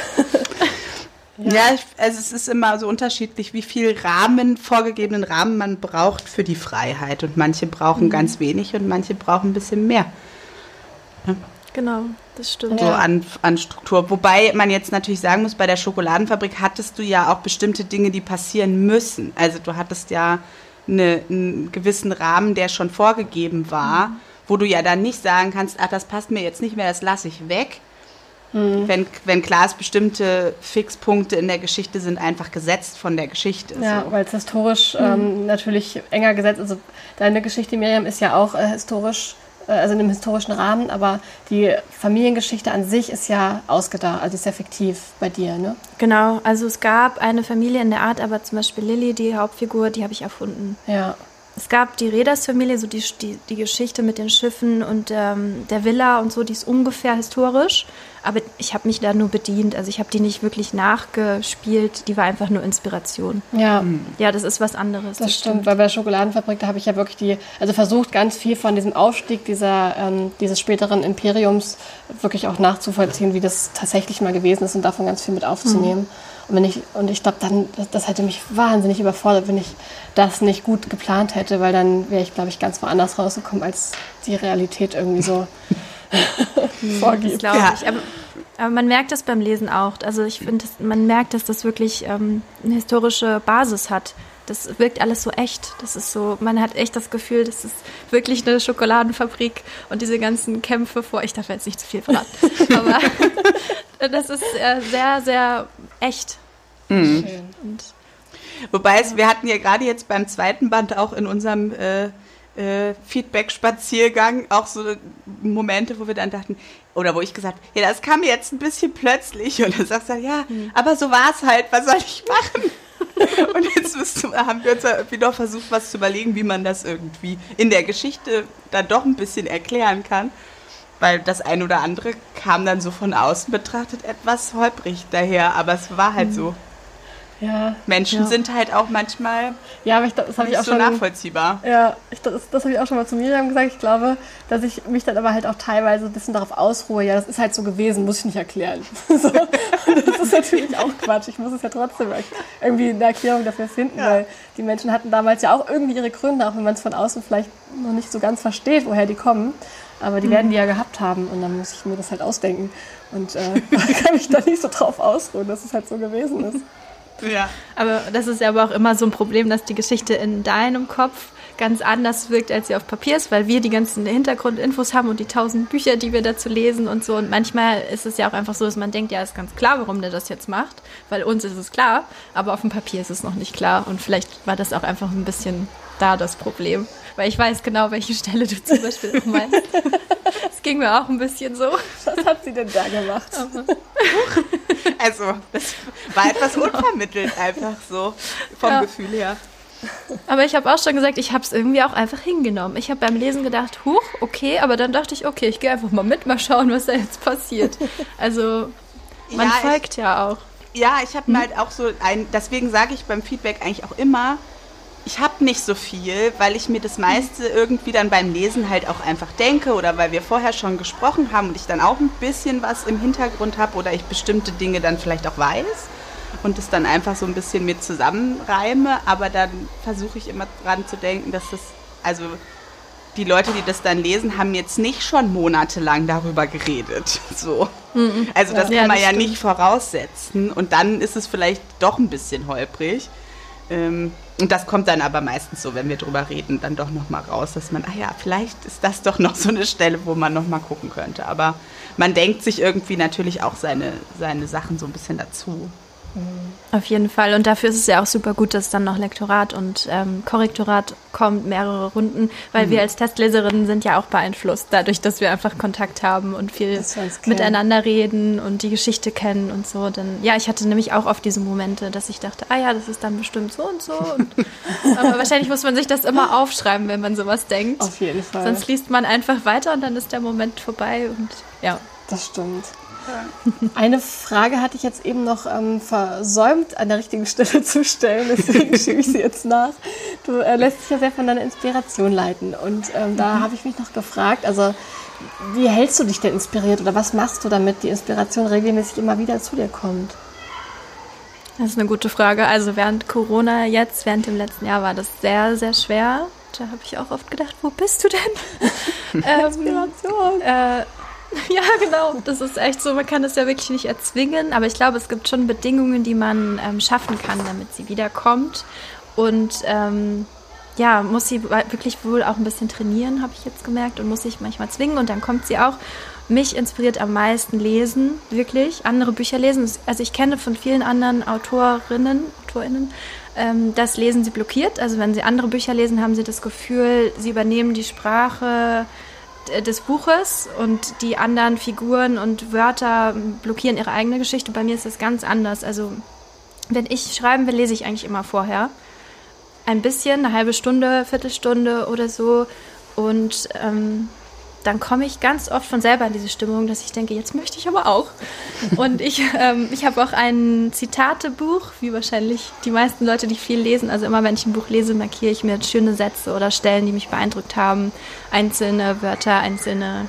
Ja, also es ist immer so unterschiedlich, wie viel vorgegebenen Rahmen man braucht für die Freiheit. Und manche brauchen ganz wenig und manche brauchen ein bisschen mehr. Ja. Genau, das stimmt. So an Struktur. Wobei man jetzt natürlich sagen muss, bei der Schokoladenfabrik hattest du ja auch bestimmte Dinge, die passieren müssen. Also du hattest ja einen gewissen Rahmen, der schon vorgegeben war, wo du ja dann nicht sagen kannst, das passt mir jetzt nicht mehr, das lasse ich weg. Wenn klar ist, bestimmte Fixpunkte in der Geschichte sind einfach gesetzt von der Geschichte. Ja, so. Weil es historisch natürlich enger gesetzt ist. Also deine Geschichte, Miriam, ist ja auch historisch, also in einem historischen Rahmen, aber die Familiengeschichte an sich ist ja ausgedacht, also ist ja fiktiv bei dir, ne? Genau, also es gab eine Familie in der Art, aber zum Beispiel Lilly, die Hauptfigur, die habe ich erfunden. Ja. Es gab die Reeders-Familie, so die Geschichte mit den Schiffen und der Villa und so, die ist ungefähr historisch, aber ich habe mich da nur bedient, also ich habe die nicht wirklich nachgespielt, die war einfach nur Inspiration. Ja. Ja, das ist was anderes. Das stimmt, weil bei der Schokoladenfabrik, da habe ich ja wirklich versucht, ganz viel von diesem Aufstieg dieses späteren Imperiums wirklich auch nachzuvollziehen, wie das tatsächlich mal gewesen ist und davon ganz viel mit aufzunehmen. Und ich glaube, dann, das hätte mich wahnsinnig überfordert, wenn ich das nicht gut geplant hätte, weil dann wäre ich, glaube ich, ganz woanders rausgekommen, als die Realität irgendwie so vorgibt. Das glaube ich. Aber man merkt das beim Lesen auch. Also ich finde, man merkt, dass das wirklich eine historische Basis hat. Das wirkt alles so echt. Das ist so, man hat echt das Gefühl, das ist wirklich eine Schokoladenfabrik und diese ganzen Kämpfe ich darf jetzt nicht zu viel verraten, aber das ist sehr, sehr echt. Schön. Und wobei wir hatten ja gerade jetzt beim zweiten Band auch in unserem Feedback-Spaziergang auch so Momente, wo wir dann dachten, oder wo ich gesagt habe, ja, das kam jetzt ein bisschen plötzlich. Und dann sagst du, ja, aber so war es halt, was soll ich machen? Und jetzt haben wir uns ja irgendwie noch versucht, was zu überlegen, wie man das irgendwie in der Geschichte dann doch ein bisschen erklären kann. Weil das ein oder andere kam dann so von außen betrachtet etwas holprig daher, aber es war halt so. Ja. Menschen sind halt auch manchmal aber ich glaub, das nicht ich auch so schon nachvollziehbar. Ja, das habe ich auch schon mal zu Miriam gesagt. Ich glaube, dass ich mich dann aber halt auch teilweise ein bisschen darauf ausruhe, ja, das ist halt so gewesen, muss ich nicht erklären. So. Und das ist natürlich auch Quatsch. Ich muss es ja trotzdem irgendwie eine Erklärung dafür finden, weil die Menschen hatten damals ja auch irgendwie ihre Gründe, auch wenn man es von außen vielleicht noch nicht so ganz versteht, woher die kommen. Aber die werden die ja gehabt haben und dann muss ich mir das halt ausdenken. Und da kann ich da nicht so drauf ausruhen, dass es halt so gewesen ist. Ja. Aber das ist ja aber auch immer so ein Problem, dass die Geschichte in deinem Kopf ganz anders wirkt, als sie auf Papier ist, weil wir die ganzen Hintergrundinfos haben und die 1000 Bücher, die wir dazu lesen und so. Und manchmal ist es ja auch einfach so, dass man denkt, ja, ist ganz klar, warum der das jetzt macht, weil uns ist es klar, aber auf dem Papier ist es noch nicht klar. Und vielleicht war das auch einfach ein bisschen da das Problem. Weil ich weiß genau, welche Stelle du zum Beispiel auch meinst. Das ging mir auch ein bisschen so. Was hat sie denn da gemacht? Also, das war etwas unvermittelt einfach so, vom Gefühl her. Aber ich habe auch schon gesagt, ich habe es irgendwie auch einfach hingenommen. Ich habe beim Lesen gedacht, okay, aber dann dachte ich, okay, ich gehe einfach mal mit, mal schauen, was da jetzt passiert. Also, man folgt ja auch. Ja, ich habe halt auch so deswegen sage ich beim Feedback eigentlich auch immer, ich habe nicht so viel, weil ich mir das meiste irgendwie dann beim Lesen halt auch einfach denke oder weil wir vorher schon gesprochen haben und ich dann auch ein bisschen was im Hintergrund habe oder ich bestimmte Dinge dann vielleicht auch weiß und es dann einfach so ein bisschen mit zusammenreime, aber dann versuche ich immer dran zu denken, dass also die Leute, die das dann lesen, haben jetzt nicht schon monatelang darüber geredet. So. Also das kann man ja nicht voraussetzen und dann ist es vielleicht doch ein bisschen holprig. Und das kommt dann aber meistens so, wenn wir drüber reden, dann doch nochmal raus, dass man, vielleicht ist das doch noch so eine Stelle, wo man nochmal gucken könnte. Aber man denkt sich irgendwie natürlich auch seine Sachen so ein bisschen dazu. Auf jeden Fall. Und dafür ist es ja auch super gut, dass dann noch Lektorat und Korrektorat kommt, mehrere Runden, weil wir als Testleserinnen sind ja auch beeinflusst, dadurch, dass wir einfach Kontakt haben und viel miteinander reden und die Geschichte kennen und so. Denn ja, ich hatte nämlich auch oft diese Momente, dass ich dachte, das ist dann bestimmt so und so. Aber wahrscheinlich muss man sich das immer aufschreiben, wenn man sowas denkt. Auf jeden Fall. Sonst liest man einfach weiter und dann ist der Moment vorbei und ja. Das stimmt. Eine Frage hatte ich jetzt eben noch versäumt, an der richtigen Stelle zu stellen, deswegen schiebe ich sie jetzt nach. Du lässt dich ja sehr von deiner Inspiration leiten und da habe ich mich noch gefragt, also wie hältst du dich denn inspiriert oder was machst du, damit die Inspiration regelmäßig immer wieder zu dir kommt? Das ist eine gute Frage. Also während Corona während dem letzten Jahr war das sehr, sehr schwer. Da habe ich auch oft gedacht, wo bist du denn? Inspiration. Ja, genau. Das ist echt so, man kann das ja wirklich nicht erzwingen, aber ich glaube, es gibt schon Bedingungen, die man schaffen kann, damit sie wiederkommt. Und muss sie wirklich wohl auch ein bisschen trainieren, habe ich jetzt gemerkt, und muss sich manchmal zwingen und dann kommt sie auch. Mich inspiriert am meisten Lesen, wirklich, andere Bücher lesen. Also ich kenne von vielen anderen AutorInnen, das Lesen sie blockiert. Also wenn sie andere Bücher lesen, haben sie das Gefühl, sie übernehmen die Sprache des Buches und die anderen Figuren und Wörter blockieren ihre eigene Geschichte. Bei mir ist das ganz anders. Also wenn ich schreiben will, lese ich eigentlich immer vorher. Ein bisschen, eine halbe Stunde, Viertelstunde oder so. Und dann komme ich ganz oft von selber in diese Stimmung, dass ich denke, jetzt möchte ich aber auch. Und ich habe auch ein Zitatebuch, wie wahrscheinlich die meisten Leute, die viel lesen. Also immer, wenn ich ein Buch lese, markiere ich mir schöne Sätze oder Stellen, die mich beeindruckt haben. Einzelne Wörter, einzelne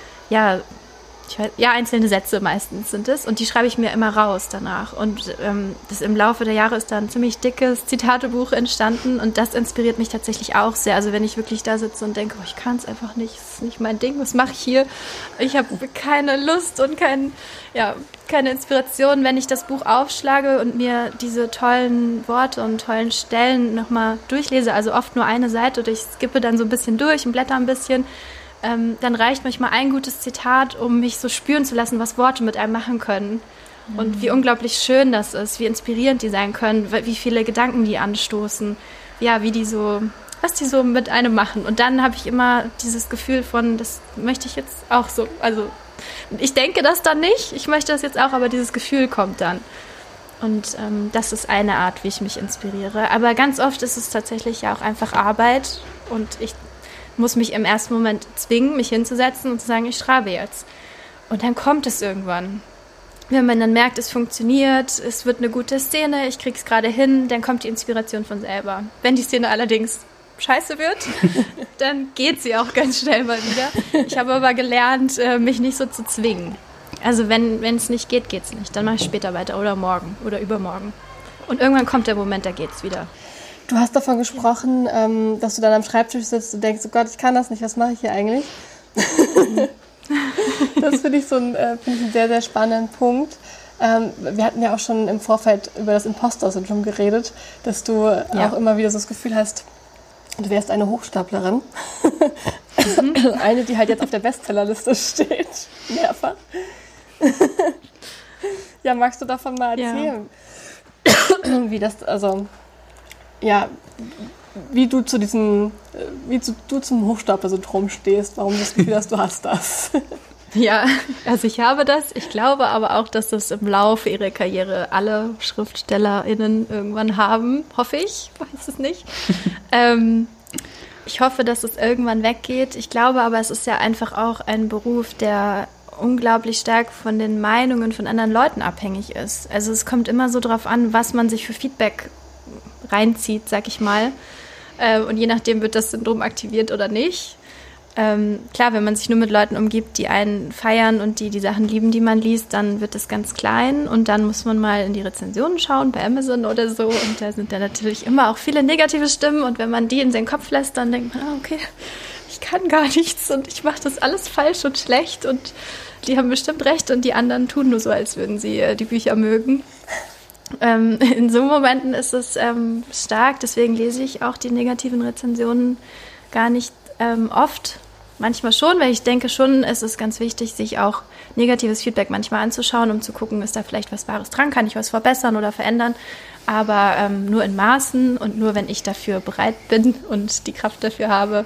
Sätze meistens sind es. Und die schreibe ich mir immer raus danach. Und das im Laufe der Jahre ist da ein ziemlich dickes Zitatebuch entstanden. Und das inspiriert mich tatsächlich auch sehr. Also wenn ich wirklich da sitze und denke, ich kann es einfach nicht, das ist nicht mein Ding, was mache ich hier? Ich habe keine Lust und keine Inspiration. Wenn ich das Buch aufschlage und mir diese tollen Worte und tollen Stellen nochmal durchlese, also oft nur eine Seite oder ich skippe dann so ein bisschen durch und blätter ein bisschen, dann reicht manchmal ein gutes Zitat, um mich so spüren zu lassen, was Worte mit einem machen können. Und wie unglaublich schön das ist, wie inspirierend die sein können, wie viele Gedanken die anstoßen, was die so mit einem machen. Und dann habe ich immer dieses Gefühl von, das möchte ich jetzt auch so. Also ich denke das dann nicht, ich möchte das jetzt auch, aber dieses Gefühl kommt dann. Und das ist eine Art, wie ich mich inspiriere. Aber ganz oft ist es tatsächlich ja auch einfach Arbeit und ich muss mich im ersten Moment zwingen, mich hinzusetzen und zu sagen, ich schreibe jetzt. Und dann kommt es irgendwann. Wenn man dann merkt, es funktioniert, es wird eine gute Szene, ich krieg's gerade hin, dann kommt die Inspiration von selber. Wenn die Szene allerdings scheiße wird, dann geht sie auch ganz schnell mal wieder. Ich habe aber gelernt, mich nicht so zu zwingen. Also wenn es nicht geht, geht's nicht. Dann mache ich später weiter oder morgen oder übermorgen. Und irgendwann kommt der Moment, da geht's wieder. Du hast davon gesprochen, dass du dann am Schreibtisch sitzt und denkst, oh Gott, ich kann das nicht, was mache ich hier eigentlich? Das finde ich einen sehr, sehr spannenden Punkt. Wir hatten ja auch schon im Vorfeld über das Imposter-Syndrom geredet, dass du auch immer wieder so das Gefühl hast, du wärst eine Hochstaplerin. Eine, die halt jetzt auf der Bestsellerliste steht. Mehrfach. Ja, magst du davon mal erzählen? Ja. Wie du zum Hochstapler-Syndrom stehst, warum du das Gefühl hast, du hast das. Ja, also ich habe das. Ich glaube aber auch, dass das im Laufe ihrer Karriere alle SchriftstellerInnen irgendwann haben. Hoffe ich, weiß es nicht. Ich hoffe, dass es irgendwann weggeht. Ich glaube aber, es ist ja einfach auch ein Beruf, der unglaublich stark von den Meinungen von anderen Leuten abhängig ist. Also es kommt immer so drauf an, was man sich für Feedback reinzieht, sag ich mal. Und je nachdem wird das Syndrom aktiviert oder nicht. Klar, wenn man sich nur mit Leuten umgibt, die einen feiern und die Sachen lieben, die man liest, dann wird das ganz klein und dann muss man mal in die Rezensionen schauen, bei Amazon oder so, und da sind dann natürlich immer auch viele negative Stimmen und wenn man die in seinen Kopf lässt, dann denkt man, okay, ich kann gar nichts und ich mache das alles falsch und schlecht und die haben bestimmt recht und die anderen tun nur so, als würden sie die Bücher mögen. in so Momenten ist es stark, deswegen lese ich auch die negativen Rezensionen gar nicht oft. Manchmal schon, weil ich denke schon, es ist ganz wichtig, sich auch negatives Feedback manchmal anzuschauen, um zu gucken, ist da vielleicht was Wahres dran, kann ich was verbessern oder verändern, aber nur in Maßen und nur, wenn ich dafür bereit bin und die Kraft dafür habe.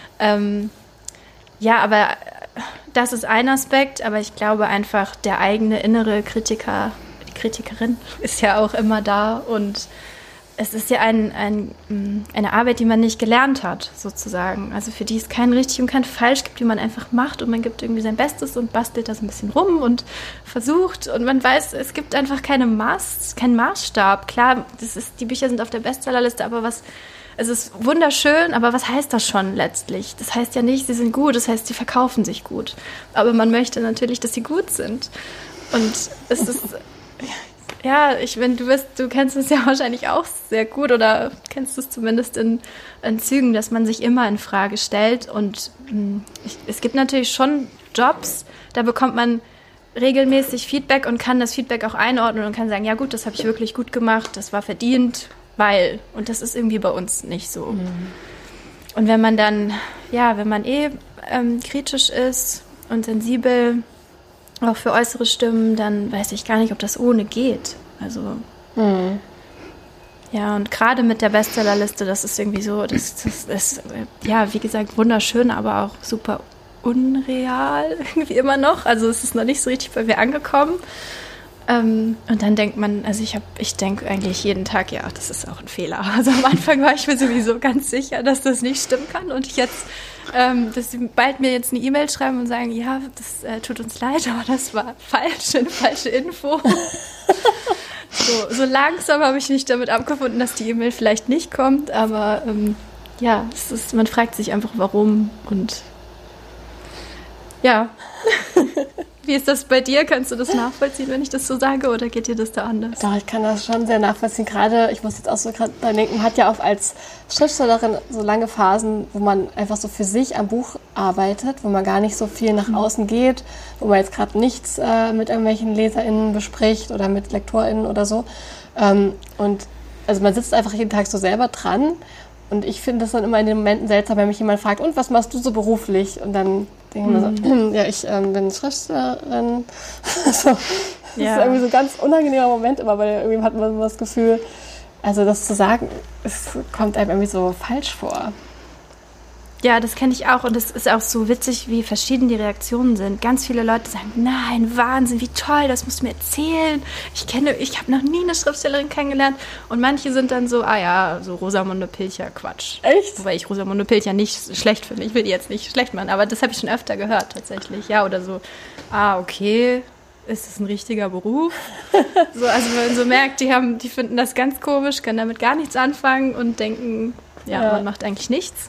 Ja, aber das ist ein Aspekt, aber ich glaube einfach, der eigene innere Kritiker, die Kritikerin ist ja auch immer da und es ist ja eine Arbeit, die man nicht gelernt hat, sozusagen. Also für die es kein richtig und kein falsch gibt, die man einfach macht und man gibt irgendwie sein Bestes und bastelt das ein bisschen rum und versucht und man weiß, es gibt einfach keinen Maßstab. Klar, die Bücher sind auf der Bestsellerliste, aber es ist wunderschön, aber was heißt das schon letztlich? Das heißt ja nicht, sie sind gut, das heißt, sie verkaufen sich gut. Aber man möchte natürlich, dass sie gut sind. Und es ist... Ja, du kennst es ja wahrscheinlich auch sehr gut oder kennst es zumindest in Zügen, dass man sich immer in Frage stellt. Und es gibt natürlich schon Jobs, da bekommt man regelmäßig Feedback und kann das Feedback auch einordnen und kann sagen, ja gut, das habe ich wirklich gut gemacht, das war verdient, weil. Und das ist irgendwie bei uns nicht so. Mhm. Und wenn man dann, wenn man kritisch ist und sensibel, auch für äußere Stimmen, dann weiß ich gar nicht, ob das ohne geht. Also, ja, und gerade mit der Bestsellerliste, das ist irgendwie so, das ist, wie gesagt, wunderschön, aber auch super unreal irgendwie immer noch. Also es ist noch nicht so richtig bei mir angekommen. Und dann denkt man, also ich denke eigentlich jeden Tag, ja, das ist auch ein Fehler. Also am Anfang war ich mir sowieso ganz sicher, dass das nicht stimmen kann und ich jetzt, dass sie bald mir jetzt eine E-Mail schreiben und sagen, ja, das tut uns leid, aber das war falsch, eine falsche Info. So langsam habe ich mich damit abgefunden, dass die E-Mail vielleicht nicht kommt, aber man fragt sich einfach, warum und ja. Wie ist das bei dir? Kannst du das nachvollziehen, wenn ich das so sage, oder geht dir das da anders? Doch, ich kann das schon sehr nachvollziehen. Gerade, ich muss jetzt auch so gerade dran denken, man hat ja auch als Schriftstellerin so lange Phasen, wo man einfach so für sich am Buch arbeitet, wo man gar nicht so viel nach außen geht, wo man jetzt gerade nichts mit irgendwelchen LeserInnen bespricht oder mit LektorInnen oder so. Und also man sitzt einfach jeden Tag so selber dran. Und ich finde das dann immer in den Momenten seltsam, wenn mich jemand fragt, und was machst du so beruflich? Und dann denke ich mir so, ja, ich bin Schriftstellerin. Das ist irgendwie so ein ganz unangenehmer Moment immer, weil irgendwie hat man so das Gefühl, also das zu sagen, es kommt einem irgendwie so falsch vor. Ja, das kenne ich auch und es ist auch so witzig, wie verschieden die Reaktionen sind. Ganz viele Leute sagen, nein, Wahnsinn, wie toll, das musst du mir erzählen. Ich habe noch nie eine Schriftstellerin kennengelernt. Und manche sind dann so, so Rosamunde Pilcher, Quatsch. Echt? Wobei ich Rosamunde Pilcher nicht schlecht finde. Ich will die jetzt nicht schlecht machen, aber das habe ich schon öfter gehört tatsächlich. Ja, oder so, okay, ist das ein richtiger Beruf? So, also wenn man so merkt, die finden das ganz komisch, können damit gar nichts anfangen und denken, man macht eigentlich nichts.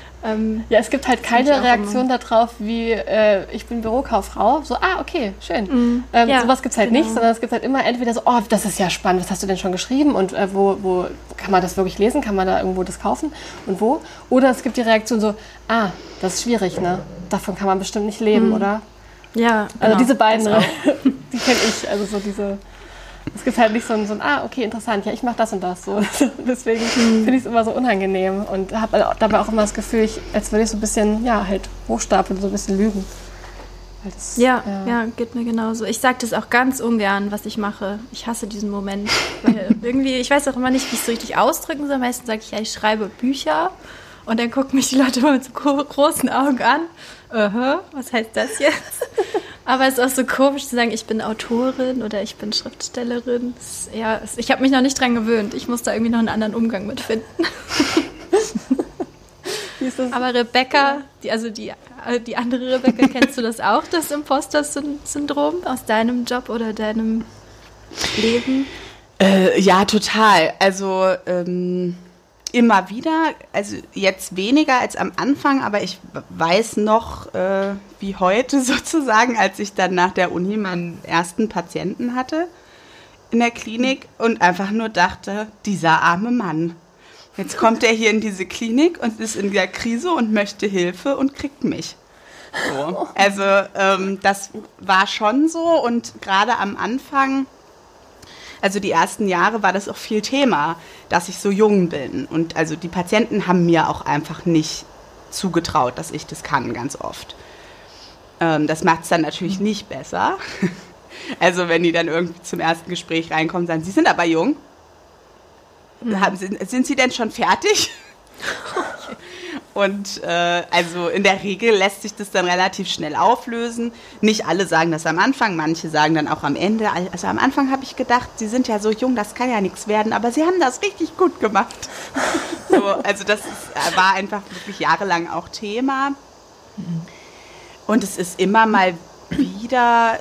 Es gibt halt keine Reaktion darauf, wie ich bin Bürokauffrau. So, okay, schön. Sowas gibt es halt nicht, sondern es gibt halt immer entweder so, oh, das ist ja spannend, was hast du denn schon geschrieben und wo kann man das wirklich lesen, kann man da irgendwo das kaufen und wo? Oder es gibt die Reaktion so, das ist schwierig, ne? Davon kann man bestimmt nicht leben, oder? Ja, genau. Also diese beiden, die kenne ich, also so diese... Es gibt halt nicht so ein okay, interessant, ja, ich mache das und das. So. Deswegen finde ich es immer so unangenehm und habe dabei auch immer das Gefühl, als würde ich so ein bisschen, halt hochstapeln, so ein bisschen lügen. Das, geht mir genauso. Ich sage das auch ganz ungern, was ich mache. Ich hasse diesen Moment, weil irgendwie, ich weiß auch immer nicht, wie ich es so richtig ausdrücken soll. Meistens sage ich, ich schreibe Bücher und dann gucken mich die Leute immer mit so großen Augen an. Was heißt das jetzt? Aber es ist auch so komisch zu sagen, ich bin Autorin oder ich bin Schriftstellerin. Ich habe mich noch nicht dran gewöhnt. Ich muss da irgendwie noch einen anderen Umgang mit finden. Wie ist das? Aber Rebecca, die andere Rebecca, kennst du das auch, das Imposter-Syndrom aus deinem Job oder deinem Leben? Ja, total. Also immer wieder, also jetzt weniger als am Anfang, aber ich weiß noch, wie heute sozusagen, als ich dann nach der Uni meinen ersten Patienten hatte in der Klinik und einfach nur dachte, dieser arme Mann. Jetzt kommt er hier in diese Klinik und ist in der Krise und möchte Hilfe und kriegt mich. So. Also das war schon so und gerade am Anfang, Also die ersten Jahre war das auch viel Thema, dass ich so jung bin. Und also die Patienten haben mir auch einfach nicht zugetraut, dass ich das kann, ganz oft. Das macht es dann natürlich nicht besser. Also wenn die dann irgendwie zum ersten Gespräch reinkommen und sagen, Sie sind aber jung. Sind Sie denn schon fertig? Und also in der Regel lässt sich das dann relativ schnell auflösen. Nicht alle sagen das am Anfang, manche sagen dann auch am Ende. Also am Anfang habe ich gedacht, Sie sind ja so jung, das kann ja nichts werden, aber Sie haben das richtig gut gemacht. So, also das war einfach wirklich jahrelang auch Thema. Und es ist immer mal wieder,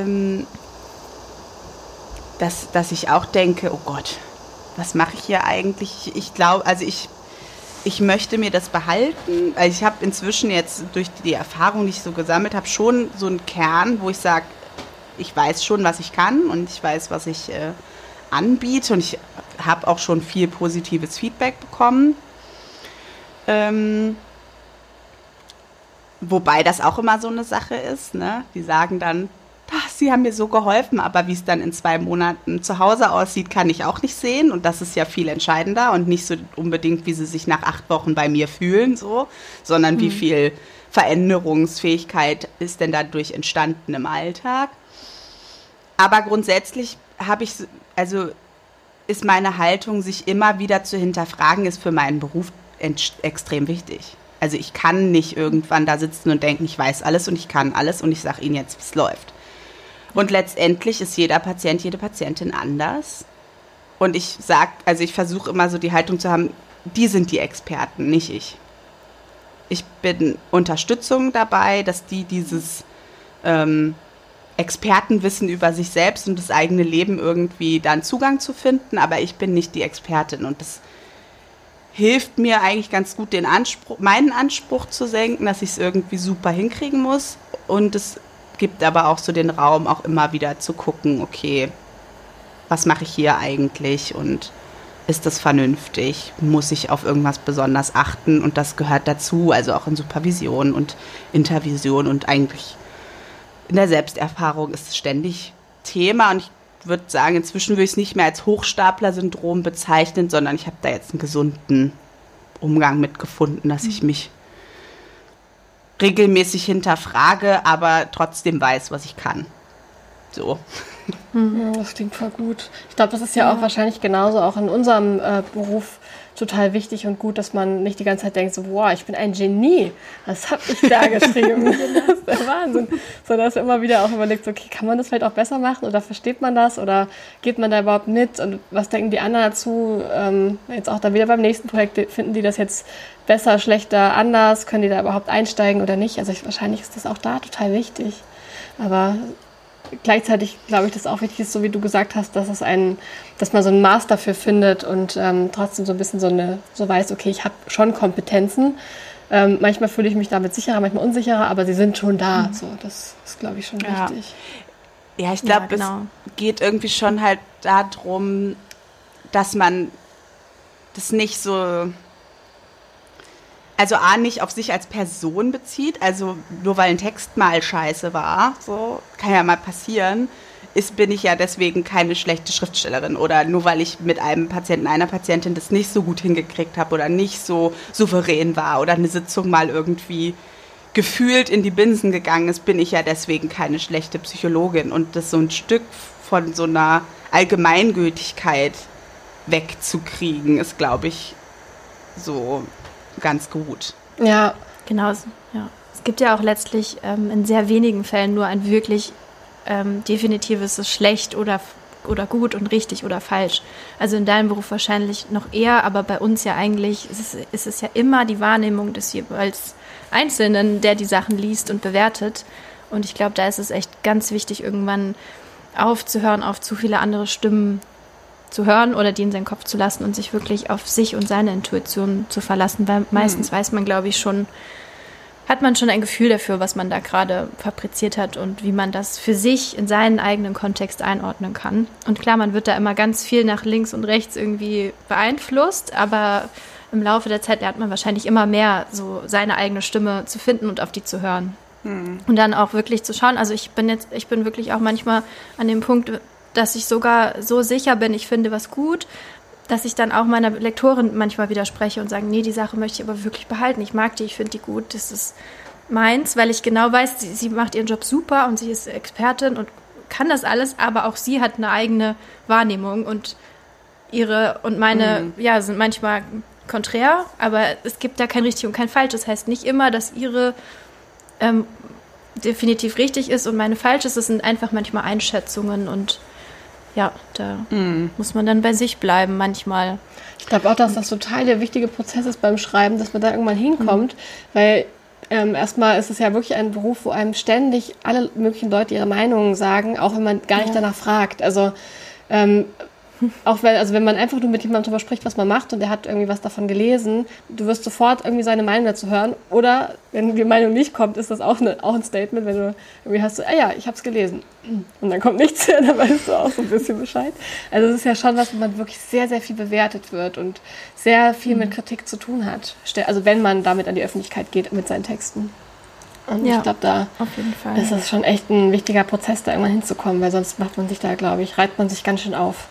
dass ich auch denke, oh Gott, was mache ich hier eigentlich? Ich glaube, also ich möchte mir das behalten. Also ich habe inzwischen jetzt durch die Erfahrung, die ich so gesammelt habe, schon so einen Kern, wo ich sage, ich weiß schon, was ich kann und ich weiß, was ich anbiete und ich habe auch schon viel positives Feedback bekommen. Wobei das auch immer so eine Sache ist, ne? Die sagen dann, Sie haben mir so geholfen, aber wie es dann in 2 Monaten zu Hause aussieht, kann ich auch nicht sehen. Und das ist ja viel entscheidender und nicht so unbedingt, wie sie sich nach 8 Wochen bei mir fühlen, so, sondern wie viel Veränderungsfähigkeit ist denn dadurch entstanden im Alltag. Aber grundsätzlich ist meine Haltung, sich immer wieder zu hinterfragen, ist für meinen Beruf extrem wichtig. Also ich kann nicht irgendwann da sitzen und denken, ich weiß alles und ich kann alles und ich sage Ihnen jetzt, wie es läuft. Und letztendlich ist jeder Patient, jede Patientin anders. Und ich versuche immer so die Haltung zu haben, die sind die Experten, nicht ich. Ich bin Unterstützung dabei, dass die dieses Expertenwissen über sich selbst und das eigene Leben irgendwie dann Zugang zu finden, aber ich bin nicht die Expertin. Und das hilft mir eigentlich ganz gut, meinen Anspruch zu senken, dass ich es irgendwie super hinkriegen muss. Und es gibt aber auch so den Raum, auch immer wieder zu gucken, okay, was mache ich hier eigentlich und ist das vernünftig? Muss ich auf irgendwas besonders achten? Und das gehört dazu, also auch in Supervision und Intervision und eigentlich in der Selbsterfahrung ist es ständig Thema. Und ich würde sagen, inzwischen würde ich es nicht mehr als Hochstapler-Syndrom bezeichnen, sondern ich habe da jetzt einen gesunden Umgang mit gefunden, dass ich mich regelmäßig hinterfrage, aber trotzdem weiß, was ich kann. So. Das klingt voll gut. Ich glaube, das ist ja auch wahrscheinlich genauso auch in unserem Beruf total wichtig und gut, dass man nicht die ganze Zeit denkt, so, wow, ich bin ein Genie. Was habe ich da geschrieben? Das ist der Wahnsinn. Sondern dass man immer wieder auch überlegt, so, okay, kann man das vielleicht auch besser machen oder versteht man das oder geht man da überhaupt mit und was denken die anderen dazu? Jetzt auch da wieder beim nächsten Projekt, finden die das jetzt besser, schlechter, anders? Können die da überhaupt einsteigen oder nicht? Also wahrscheinlich ist das auch da total wichtig. Aber gleichzeitig glaube ich, dass auch wichtig ist, so wie du gesagt hast, dass man so ein Maß dafür findet und trotzdem so ein bisschen so weiß, okay, ich habe schon Kompetenzen. Manchmal fühle ich mich damit sicherer, manchmal unsicherer, aber sie sind schon da. So, das ist, glaube ich, schon wichtig. Ja, ich glaube, es geht irgendwie schon halt darum, dass man das nicht so, also nicht auf sich als Person bezieht, also nur weil ein Text mal scheiße war, so, kann ja mal passieren, bin ich ja deswegen keine schlechte Schriftstellerin oder nur weil ich mit einem Patienten, einer Patientin das nicht so gut hingekriegt habe oder nicht so souverän war oder eine Sitzung mal irgendwie gefühlt in die Binsen gegangen ist, bin ich ja deswegen keine schlechte Psychologin und das so ein Stück von so einer Allgemeingültigkeit wegzukriegen, ist, glaube ich, so ganz gut. Ja, genau. Ja. Es gibt ja auch letztlich in sehr wenigen Fällen nur ein wirklich definitives schlecht oder gut und richtig oder falsch. Also in deinem Beruf wahrscheinlich noch eher, aber bei uns ja eigentlich ist es ja immer die Wahrnehmung des jeweils Einzelnen, der die Sachen liest und bewertet. Und ich glaube, da ist es echt ganz wichtig, irgendwann aufzuhören, auf zu viele andere Stimmen zu hören oder die in seinen Kopf zu lassen und sich wirklich auf sich und seine Intuition zu verlassen, weil meistens weiß man, glaube ich, hat man schon ein Gefühl dafür, was man da gerade fabriziert hat und wie man das für sich in seinen eigenen Kontext einordnen kann. Und klar, man wird da immer ganz viel nach links und rechts irgendwie beeinflusst, aber im Laufe der Zeit lernt man wahrscheinlich immer mehr, so seine eigene Stimme zu finden und auf die zu hören. Und dann auch wirklich zu schauen, also ich bin wirklich auch manchmal an dem Punkt, dass ich sogar so sicher bin, ich finde was gut, dass ich dann auch meiner Lektorin manchmal widerspreche und sage, nee, die Sache möchte ich aber wirklich behalten. Ich mag die, ich finde die gut, das ist meins, weil ich genau weiß, sie macht ihren Job super und sie ist Expertin und kann das alles, aber auch sie hat eine eigene Wahrnehmung und ihre und meine, sind manchmal konträr, aber es gibt da kein richtig und kein falsch. Das heißt nicht immer, dass ihre definitiv richtig ist und meine falsch ist. Es sind einfach manchmal Einschätzungen und ja, da muss man dann bei sich bleiben manchmal. Ich glaube auch, dass das total der wichtige Prozess ist beim Schreiben, dass man da irgendwann hinkommt, weil erstmal ist es ja wirklich ein Beruf, wo einem ständig alle möglichen Leute ihre Meinungen sagen, auch wenn man gar nicht danach fragt. Also auch wenn man einfach nur mit jemandem darüber spricht, was man macht und der hat irgendwie was davon gelesen, du wirst sofort irgendwie seine Meinung dazu hören. Oder wenn die Meinung nicht kommt, ist das auch ein Statement, wenn du irgendwie hast, ich habe es gelesen. Und dann kommt nichts mehr, dann weißt du auch so ein bisschen Bescheid. Also es ist ja schon was, wo man wirklich sehr, sehr viel bewertet wird und sehr viel mit Kritik zu tun hat. Also wenn man damit an die Öffentlichkeit geht mit seinen Texten. Und ich glaube, da auf jeden Fall. ist es schon echt ein wichtiger Prozess, da irgendwann hinzukommen, weil sonst macht man sich da, glaube ich, reibt man sich ganz schön auf.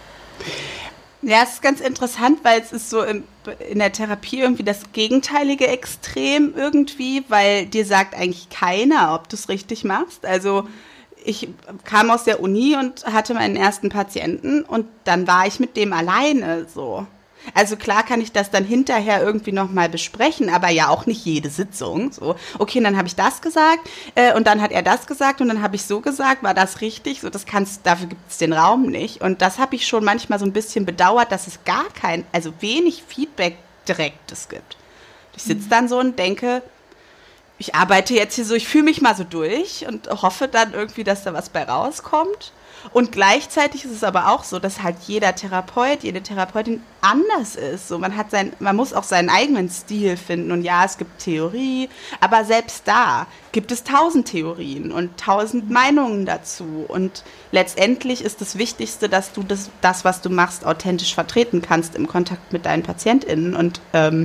Ja, es ist ganz interessant, weil es ist so in der Therapie irgendwie das gegenteilige Extrem irgendwie, weil dir sagt eigentlich keiner, ob du es richtig machst. Also ich kam aus der Uni und hatte meinen ersten Patienten und dann war ich mit dem alleine so. Also klar kann ich das dann hinterher irgendwie nochmal besprechen, aber ja auch nicht jede Sitzung. So, okay, dann habe ich das gesagt und dann hat er das gesagt und dann habe ich so gesagt, war das richtig? So, dafür gibt es den Raum nicht. Und das habe ich schon manchmal so ein bisschen bedauert, dass es wenig Feedback Direktes gibt. Ich sitze dann so und denke, ich arbeite jetzt hier so, ich fühle mich mal so durch und hoffe dann irgendwie, dass da was bei rauskommt. Und gleichzeitig ist es aber auch so, dass halt jeder Therapeut, jede Therapeutin anders ist. So, man muss auch seinen eigenen Stil finden. Und ja, es gibt Theorie, aber selbst da gibt es 1000 Theorien und 1000 Meinungen dazu. Und letztendlich ist das Wichtigste, dass du das, was du machst, authentisch vertreten kannst im Kontakt mit deinen PatientInnen. Und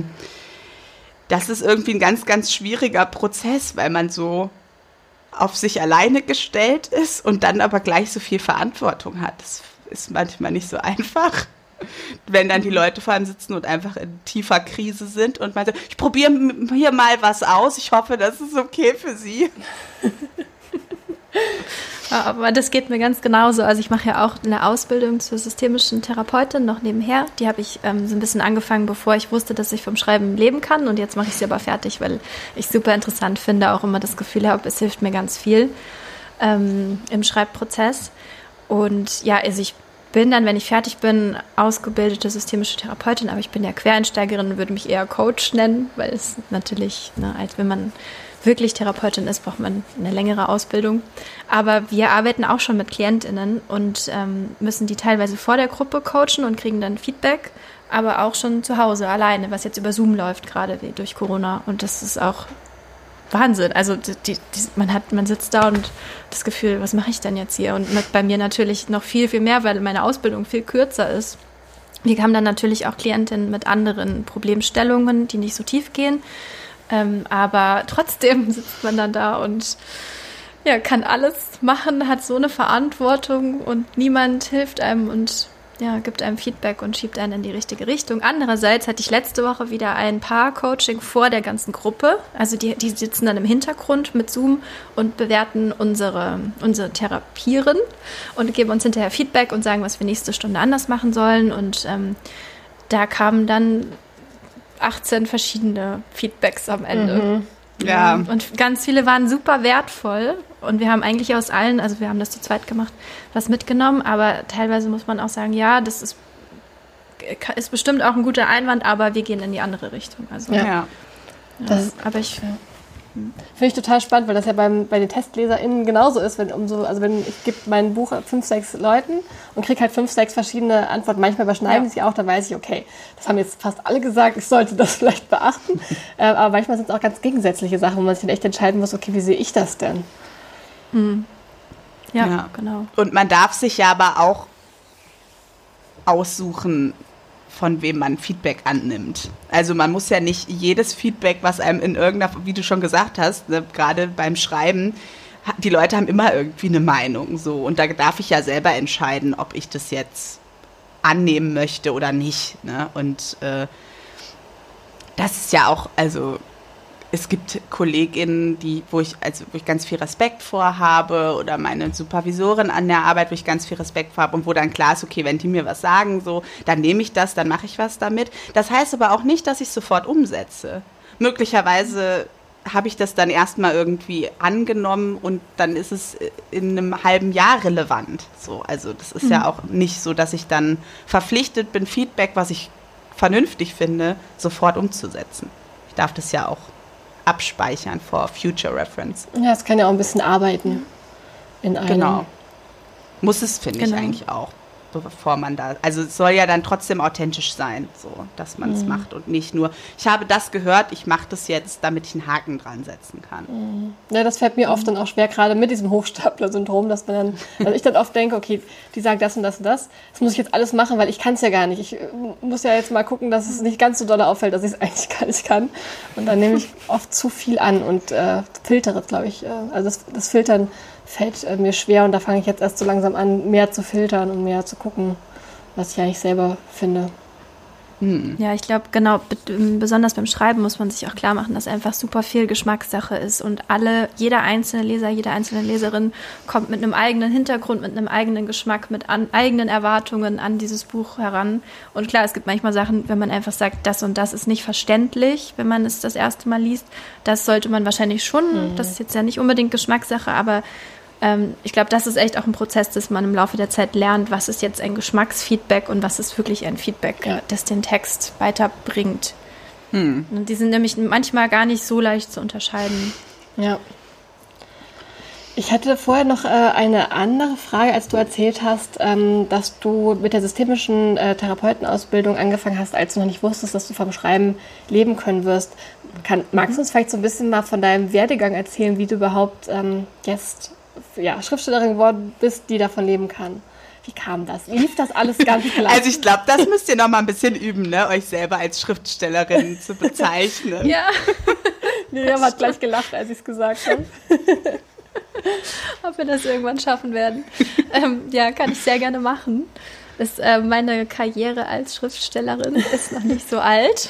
das ist irgendwie ein ganz, ganz schwieriger Prozess, weil man so auf sich alleine gestellt ist und dann aber gleich so viel Verantwortung hat. Das ist manchmal nicht so einfach, wenn dann die Leute vor allem sitzen und einfach in tiefer Krise sind und man sagt, ich probiere hier mal was aus, ich hoffe, das ist okay für Sie. Ja, aber das geht mir ganz genauso. Also ich mache ja auch eine Ausbildung zur systemischen Therapeutin noch nebenher. Die habe ich so ein bisschen angefangen, bevor ich wusste, dass ich vom Schreiben leben kann. Und jetzt mache ich sie aber fertig, weil ich super interessant finde, auch immer das Gefühl habe, es hilft mir ganz viel im Schreibprozess. Und ja, also ich bin dann, wenn ich fertig bin, ausgebildete systemische Therapeutin, aber ich bin ja Quereinsteigerin und würde mich eher Coach nennen, weil es natürlich, als wenn man wirklich Therapeutin ist, braucht man eine längere Ausbildung. Aber wir arbeiten auch schon mit KlientInnen und müssen die teilweise vor der Gruppe coachen und kriegen dann Feedback, aber auch schon zu Hause alleine, was jetzt über Zoom läuft, gerade durch Corona. Und das ist auch Wahnsinn. Also man sitzt da und das Gefühl, was mache ich denn jetzt hier? Und bei mir natürlich noch viel, viel mehr, weil meine Ausbildung viel kürzer ist. Wir haben dann natürlich auch Klientinnen mit anderen Problemstellungen, die nicht so tief gehen. Aber trotzdem sitzt man dann da und kann alles machen, hat so eine Verantwortung und niemand hilft einem und gibt einem Feedback und schiebt einen in die richtige Richtung. Andererseits hatte ich letzte Woche wieder ein Paar-Coaching vor der ganzen Gruppe. Also die sitzen dann im Hintergrund mit Zoom und bewerten unsere Therapien und geben uns hinterher Feedback und sagen, was wir nächste Stunde anders machen sollen. Und da kamen dann 18 verschiedene Feedbacks am Ende. Ja. Und ganz viele waren super wertvoll. Und wir haben eigentlich aus allen, also wir haben das zu zweit gemacht, was mitgenommen. Aber teilweise muss man auch sagen, ja, das ist bestimmt auch ein guter Einwand, aber wir gehen in die andere Richtung. Also, aber ich finde ich total spannend, weil das ja bei den TestleserInnen genauso ist, wenn ich gebe mein Buch 5, 6 Leuten und kriege halt 5, 6 verschiedene Antworten. Manchmal überschneiden sie auch, dann weiß ich, okay, das haben jetzt fast alle gesagt, ich sollte das vielleicht beachten. Aber manchmal sind es auch ganz gegensätzliche Sachen, wo man sich dann echt entscheiden muss, okay, wie sehe ich das denn? Ja, genau. Und man darf sich ja aber auch aussuchen, von wem man Feedback annimmt. Also man muss ja nicht jedes Feedback, was einem in irgendeiner, wie du schon gesagt hast, gerade beim Schreiben, die Leute haben immer irgendwie eine Meinung so und da darf ich ja selber entscheiden, ob ich das jetzt annehmen möchte oder nicht. Ne? Und das ist ja auch, also es gibt KollegInnen, wo ich ganz viel Respekt vor habe oder meine Supervisorin an der Arbeit, wo ich ganz viel Respekt vor habe und wo dann klar ist, okay, wenn die mir was sagen, so, dann nehme ich das, dann mache ich was damit. Das heißt aber auch nicht, dass ich es sofort umsetze. Möglicherweise habe ich das dann erstmal irgendwie angenommen und dann ist es in einem halben Jahr relevant. So, also das ist ja auch nicht so, dass ich dann verpflichtet bin, Feedback, was ich vernünftig finde, sofort umzusetzen. Ich darf das ja auch abspeichern for Future Reference. Ja, es kann ja auch ein bisschen arbeiten in einem. Genau. Muss es, finde ich, eigentlich auch. Bevor man da, also es soll ja dann trotzdem authentisch sein, so, dass man es macht und nicht nur, ich habe das gehört, ich mache das jetzt, damit ich einen Haken dran setzen kann. Ja, das fällt mir oft dann auch schwer, gerade mit diesem Hochstapler-Syndrom, dass man dann, also ich dann oft denke, okay, die sagen das und das und das muss ich jetzt alles machen, weil ich kann es ja gar nicht. Ich muss ja jetzt mal gucken, dass es nicht ganz so doll auffällt, dass ich es eigentlich gar nicht kann. Und dann nehme ich oft zu viel an und filtere es, glaube ich. Also das Filtern fällt mir schwer und da fange ich jetzt erst so langsam an, mehr zu filtern und mehr zu gucken, was ich eigentlich selber finde. Ja, ich glaube, genau, besonders beim Schreiben muss man sich auch klar machen, dass einfach super viel Geschmackssache ist und jeder einzelne Leser, jede einzelne Leserin kommt mit einem eigenen Hintergrund, mit einem eigenen Geschmack, mit eigenen Erwartungen an dieses Buch heran. Und klar, es gibt manchmal Sachen, wenn man einfach sagt, das und das ist nicht verständlich, wenn man es das erste Mal liest, das sollte man wahrscheinlich schon, das ist jetzt ja nicht unbedingt Geschmackssache, aber ich glaube, das ist echt auch ein Prozess, dass man im Laufe der Zeit lernt, was ist jetzt ein Geschmacksfeedback und was ist wirklich ein Feedback, das den Text weiterbringt. Und die sind nämlich manchmal gar nicht so leicht zu unterscheiden. Ja. Ich hatte vorher noch eine andere Frage, als du erzählt hast, dass du mit der systemischen Therapeutenausbildung angefangen hast, als du noch nicht wusstest, dass du vom Schreiben leben können wirst. Magst du uns vielleicht so ein bisschen mal von deinem Werdegang erzählen, wie du überhaupt jetzt Schriftstellerin geworden bist, die davon leben kann? Wie kam das? Wie lief das alles ganz klar? Also ich glaube, das müsst ihr noch mal ein bisschen üben, ne? Euch selber als Schriftstellerin zu bezeichnen. Ja. Miriam hat gleich gelacht, als ich es gesagt habe. Ob wir das irgendwann schaffen werden. Ja, kann ich sehr gerne machen. Meine Karriere als Schriftstellerin ist noch nicht so alt.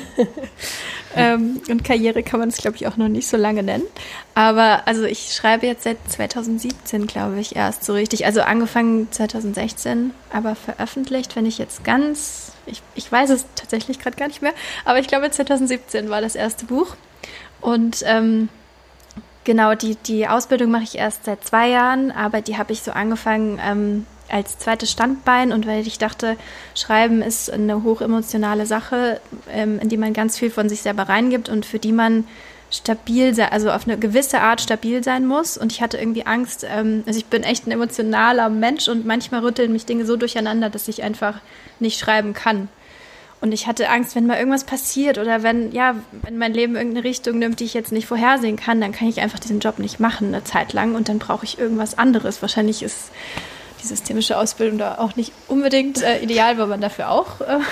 Und Karriere kann man es, glaube ich, auch noch nicht so lange nennen. Aber also ich schreibe jetzt seit 2017, glaube ich, erst so richtig. Also angefangen 2016, aber veröffentlicht, wenn ich jetzt ich weiß es tatsächlich gerade gar nicht mehr, aber ich glaube 2017 war das erste Buch. Und genau, die Ausbildung mache ich erst seit 2 Jahren, aber die habe ich so angefangen als zweites Standbein und weil ich dachte, Schreiben ist eine hochemotionale Sache, in die man ganz viel von sich selber reingibt und für die man also auf eine gewisse Art stabil sein muss. Und ich hatte irgendwie Angst, also ich bin echt ein emotionaler Mensch und manchmal rütteln mich Dinge so durcheinander, dass ich einfach nicht schreiben kann. Und ich hatte Angst, wenn mal irgendwas passiert oder wenn mein Leben irgendeine Richtung nimmt, die ich jetzt nicht vorhersehen kann, dann kann ich einfach diesen Job nicht machen eine Zeit lang und dann brauche ich irgendwas anderes. Wahrscheinlich ist die systemische Ausbildung da auch nicht unbedingt ideal, weil man dafür auch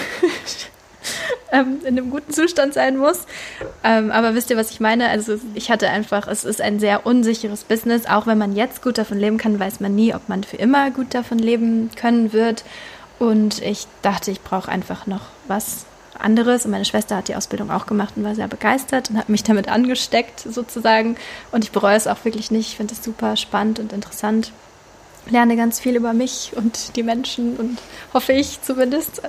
in einem guten Zustand sein muss. Aber wisst ihr, was ich meine? Also ich hatte einfach, es ist ein sehr unsicheres Business. Auch wenn man jetzt gut davon leben kann, weiß man nie, ob man für immer gut davon leben können wird. Und ich dachte, ich brauche einfach noch was anderes. Und meine Schwester hat die Ausbildung auch gemacht und war sehr begeistert und hat mich damit angesteckt sozusagen. Und ich bereue es auch wirklich nicht. Ich finde es super spannend und interessant. Lerne ganz viel über mich und die Menschen und hoffe ich zumindest.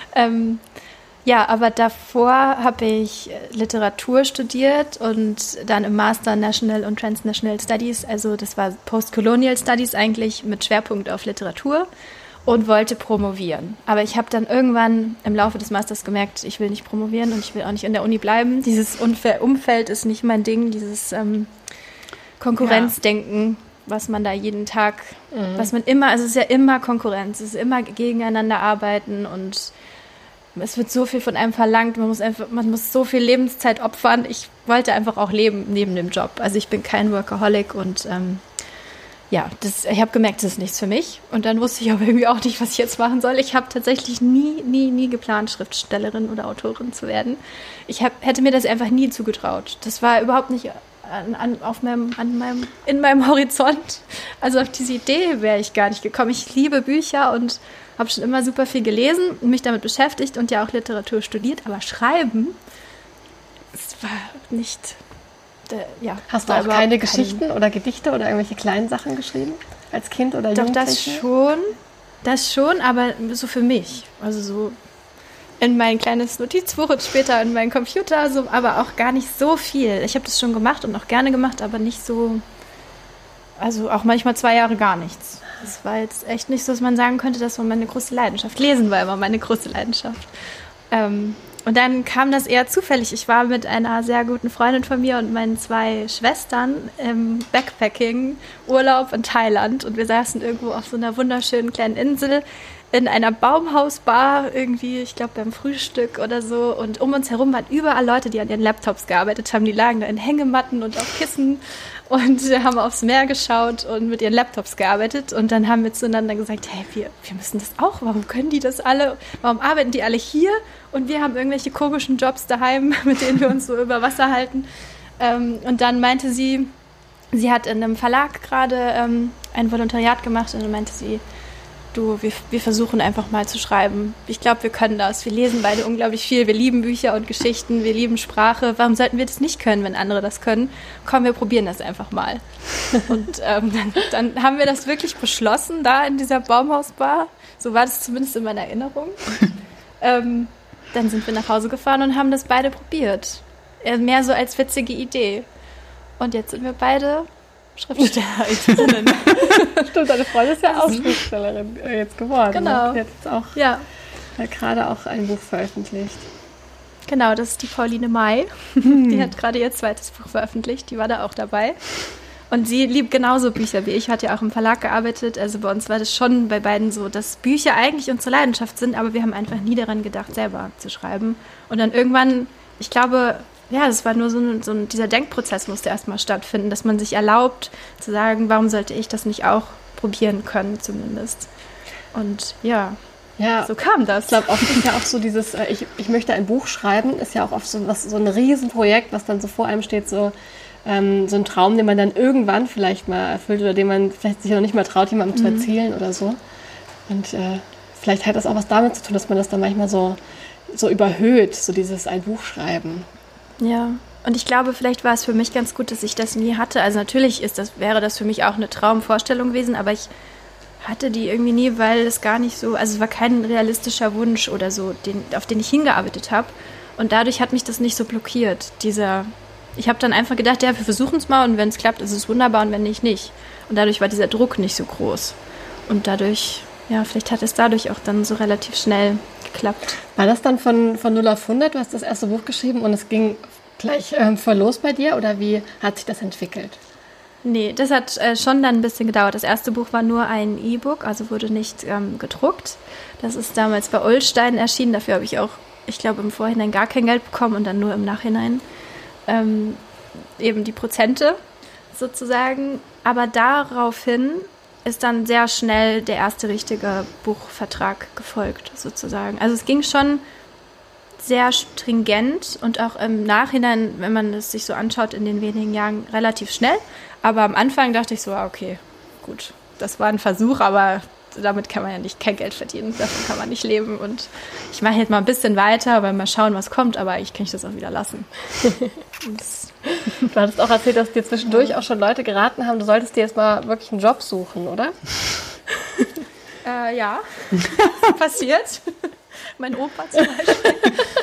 Aber davor habe ich Literatur studiert und dann im Master National und Transnational Studies, also das war Postcolonial Studies eigentlich mit Schwerpunkt auf Literatur und wollte promovieren. Aber ich habe dann irgendwann im Laufe des Masters gemerkt, ich will nicht promovieren und ich will auch nicht in der Uni bleiben. Dieses Umfeld ist nicht mein Ding, dieses Konkurrenzdenken, was man da jeden Tag, was man immer, also es ist ja immer Konkurrenz, es ist immer gegeneinander arbeiten und es wird so viel von einem verlangt, man muss so viel Lebenszeit opfern. Ich wollte einfach auch leben neben dem Job. Also ich bin kein Workaholic und ich habe gemerkt, das ist nichts für mich. Und dann wusste ich aber irgendwie auch nicht, was ich jetzt machen soll. Ich habe tatsächlich nie geplant, Schriftstellerin oder Autorin zu werden. Ich hätte mir das einfach nie zugetraut. Das war überhaupt nicht in meinem Horizont. Also auf diese Idee wäre ich gar nicht gekommen. Ich liebe Bücher und habe schon immer super viel gelesen, mich damit beschäftigt und ja auch Literatur studiert, aber schreiben, es war nicht, Hast du auch keine Geschichten oder Gedichte oder irgendwelche kleinen Sachen geschrieben als Kind oder Jugendliche? Doch, das schon, aber so für mich. Also so in mein kleines Notizbuch und später in meinen Computer, so, aber auch gar nicht so viel. Ich habe das schon gemacht und auch gerne gemacht, aber nicht so, also auch manchmal 2 Jahre gar nichts. Das war jetzt echt nicht so, dass man sagen könnte, das war meine große Leidenschaft. Lesen war immer meine große Leidenschaft. Und dann kam das eher zufällig. Ich war mit einer sehr guten Freundin von mir und meinen 2 Schwestern im Backpacking-Urlaub in Thailand. Und wir saßen irgendwo auf so einer wunderschönen kleinen Insel in einer Baumhausbar irgendwie, ich glaube beim Frühstück oder so. Und um uns herum waren überall Leute, die an ihren Laptops gearbeitet haben. Die lagen da in Hängematten und auf Kissen und haben aufs Meer geschaut und mit ihren Laptops gearbeitet. Und dann haben wir zueinander gesagt, hey, wir müssen das auch. Warum können die das alle? Warum arbeiten die alle hier? Und wir haben irgendwelche komischen Jobs daheim, mit denen wir uns so über Wasser halten. Und dann meinte sie hat in einem Verlag gerade ein Volontariat gemacht und dann meinte sie, du, wir versuchen einfach mal zu schreiben. Ich glaube, wir können das. Wir lesen beide unglaublich viel. Wir lieben Bücher und Geschichten. Wir lieben Sprache. Warum sollten wir das nicht können, wenn andere das können? Komm, wir probieren das einfach mal. Und dann haben wir das wirklich beschlossen, da in dieser Baumhausbar. So war das zumindest in meiner Erinnerung. Dann sind wir nach Hause gefahren und haben das beide probiert. Mehr so als witzige Idee. Und jetzt sind wir beide Schriftstellerinnen. Stimmt, deine Freundin ist ja auch Schriftstellerin jetzt geworden. Genau. Ne? Jetzt auch gerade auch ein Buch veröffentlicht. Genau, das ist die Pauline May. Die hat gerade ihr 2. Buch veröffentlicht. Die war da auch dabei. Und sie liebt genauso Bücher wie ich. Hat ja auch im Verlag gearbeitet. Also bei uns war das schon bei beiden so, dass Bücher eigentlich unsere Leidenschaft sind, aber wir haben einfach nie daran gedacht, selber zu schreiben. Und dann irgendwann, ich glaube, ja, das war nur dieser Denkprozess musste erstmal stattfinden, dass man sich erlaubt zu sagen, warum sollte ich das nicht auch probieren können zumindest. Und ja, so kam das. Ich glaube, oft ist ja auch so dieses, ich möchte ein Buch schreiben, ist ja auch oft so ein Riesenprojekt, was dann so vor einem steht, so ein Traum, den man dann irgendwann vielleicht mal erfüllt oder den man vielleicht sich noch nicht mal traut, jemandem zu erzählen oder so. Und vielleicht hat das auch was damit zu tun, dass man das dann manchmal so überhöht, so dieses ein Buch schreiben. Ja, und ich glaube, vielleicht war es für mich ganz gut, dass ich das nie hatte. Also natürlich wäre das für mich auch eine Traumvorstellung gewesen, aber ich hatte die irgendwie nie, weil es gar nicht so, also es war kein realistischer Wunsch oder so, auf den ich hingearbeitet habe. Und dadurch hat mich das nicht so blockiert. Ich habe dann einfach gedacht, ja, wir versuchen es mal und wenn es klappt, ist es wunderbar und wenn nicht. Und dadurch war dieser Druck nicht so groß. Und dadurch, ja, vielleicht hat es dadurch auch dann so relativ schnell geklappt. War das dann von 0 auf 100? Du hast das erste Buch geschrieben und es ging gleich voll los bei dir oder wie hat sich das entwickelt? Nee, das hat schon dann ein bisschen gedauert. Das erste Buch war nur ein E-Book, also wurde nicht gedruckt. Das ist damals bei Ullstein erschienen. Dafür habe ich auch, ich glaube, im Vorhinein gar kein Geld bekommen und dann nur im Nachhinein eben die Prozente sozusagen. Aber daraufhin ist dann sehr schnell der erste richtige Buchvertrag gefolgt, sozusagen. Also es ging schon sehr stringent und auch im Nachhinein, wenn man es sich so anschaut, in den wenigen Jahren relativ schnell. Aber am Anfang dachte ich so, okay, gut, das war ein Versuch, aber damit kann man ja kein Geld verdienen, davon kann man nicht leben. Und ich mache jetzt mal ein bisschen weiter, weil mal schauen, was kommt, aber eigentlich kann ich das auch wieder lassen. Du hattest auch erzählt, dass dir zwischendurch auch schon Leute geraten haben, du solltest dir jetzt mal wirklich einen Job suchen, oder? Ja, passiert. Mein Opa zum Beispiel.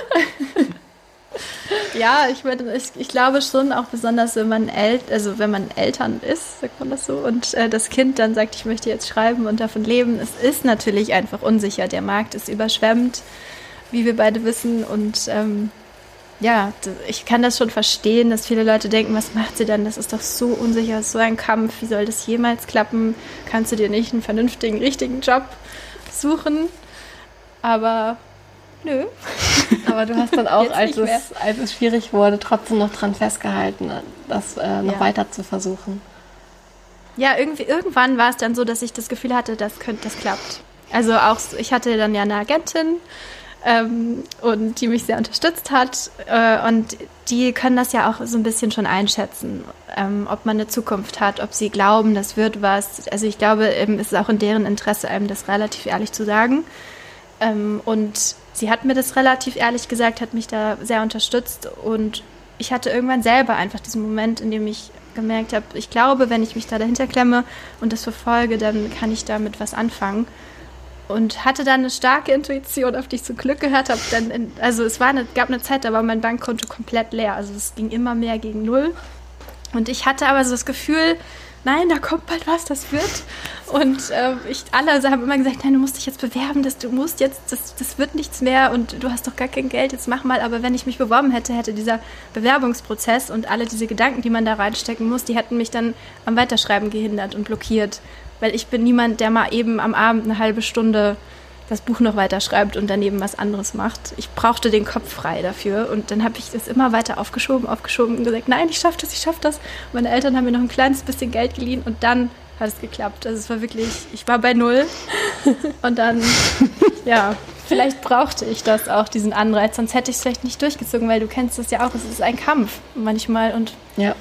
Ja, ich glaube schon, auch besonders wenn man Eltern ist, sagt man das so, und das Kind dann sagt, ich möchte jetzt schreiben und davon leben. Es ist natürlich einfach unsicher. Der Markt ist überschwemmt, wie wir beide wissen. Und ja, ich kann das schon verstehen, dass viele Leute denken, was macht sie denn? Das ist doch so unsicher, das ist so ein Kampf. Wie soll das jemals klappen? Kannst du dir nicht einen vernünftigen, richtigen Job suchen? Aber nö. Aber du hast dann auch, als es schwierig wurde, trotzdem noch dran festgehalten, das noch weiter zu versuchen. Ja, irgendwann war es dann so, dass ich das Gefühl hatte, das klappt. Also auch, ich hatte dann ja eine Agentin, und die mich sehr unterstützt hat. Und die können das ja auch so ein bisschen schon einschätzen, ob man eine Zukunft hat, ob sie glauben, das wird was. Also ich glaube, es ist auch in deren Interesse, einem das relativ ehrlich zu sagen. Und sie hat mir das relativ ehrlich gesagt, hat mich da sehr unterstützt. Und ich hatte irgendwann selber einfach diesen Moment, in dem ich gemerkt habe, ich glaube, wenn ich mich da dahinter klemme und das verfolge, dann kann ich damit was anfangen. Und hatte dann eine starke Intuition, auf die ich zum Glück gehört habe. Gab eine Zeit, da war mein Bankkonto komplett leer. Also es ging immer mehr gegen Null. Und ich hatte aber so das Gefühl, nein, da kommt bald was, das wird. Und alle haben immer gesagt, nein, du musst dich jetzt bewerben, das wird nichts mehr und du hast doch gar kein Geld, jetzt mach mal. Aber wenn ich mich beworben hätte, hätte dieser Bewerbungsprozess und alle diese Gedanken, die man da reinstecken muss, die hätten mich dann am Weiterschreiben gehindert und blockiert. Weil ich bin niemand, der mal eben am Abend eine halbe Stunde das Buch noch weiterschreibt und daneben was anderes macht. Ich brauchte den Kopf frei dafür und dann habe ich das immer weiter aufgeschoben und gesagt, nein, ich schaffe das. Und meine Eltern haben mir noch ein kleines bisschen Geld geliehen und dann hat es geklappt. Also es war wirklich, ich war bei Null und dann, ja, vielleicht brauchte ich das auch, diesen Anreiz, sonst hätte ich es vielleicht nicht durchgezogen, weil du kennst es ja auch, es ist ein Kampf manchmal und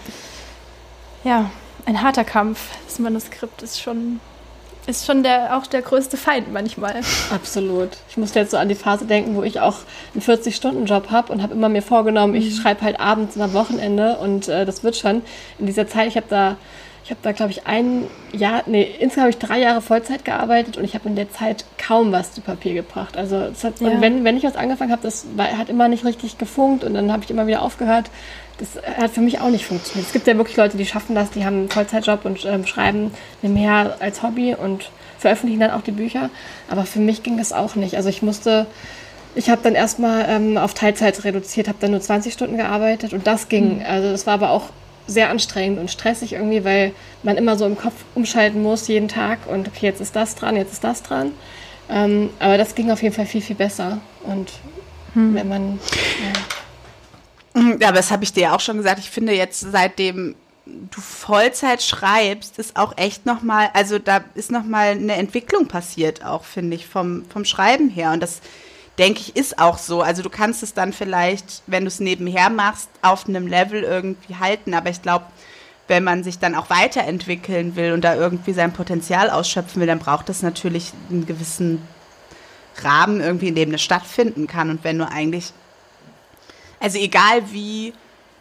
ja, ein harter Kampf. Das Manuskript ist schon auch der größte Feind manchmal. Absolut. Ich musste jetzt so an die Phase denken, wo ich auch einen 40-Stunden-Job habe und habe immer mir vorgenommen, ich schreibe halt abends und am Wochenende und das wird schon. In dieser Zeit, ich habe da, glaube ich, insgesamt habe ich 3 Jahre Vollzeit gearbeitet und ich habe in der Zeit kaum was zu Papier gebracht. Also und wenn ich was angefangen habe, hat immer nicht richtig gefunkt und dann habe ich immer wieder aufgehört. Das hat für mich auch nicht funktioniert. Es gibt ja wirklich Leute, die schaffen das, die haben einen Vollzeitjob und schreiben nebenher als Hobby und veröffentlichen dann auch die Bücher. Aber für mich ging das auch nicht. Also ich habe dann erstmal auf Teilzeit reduziert, habe dann nur 20 Stunden gearbeitet und das ging. Also das war aber auch sehr anstrengend und stressig irgendwie, weil man immer so im Kopf umschalten muss jeden Tag und okay, jetzt ist das dran. Aber das ging auf jeden Fall viel, viel besser. Und wenn man... Ja, aber das habe ich dir ja auch schon gesagt. Ich finde jetzt, seitdem du Vollzeit schreibst, ist auch echt nochmal, also da ist nochmal eine Entwicklung passiert auch, finde ich, vom Schreiben her. Und das, denke ich, ist auch so. Also du kannst es dann vielleicht, wenn du es nebenher machst, auf einem Level irgendwie halten. Aber ich glaube, wenn man sich dann auch weiterentwickeln will und da irgendwie sein Potenzial ausschöpfen will, dann braucht es natürlich einen gewissen Rahmen irgendwie, in dem das stattfinden kann. Und wenn du eigentlich... Also egal wie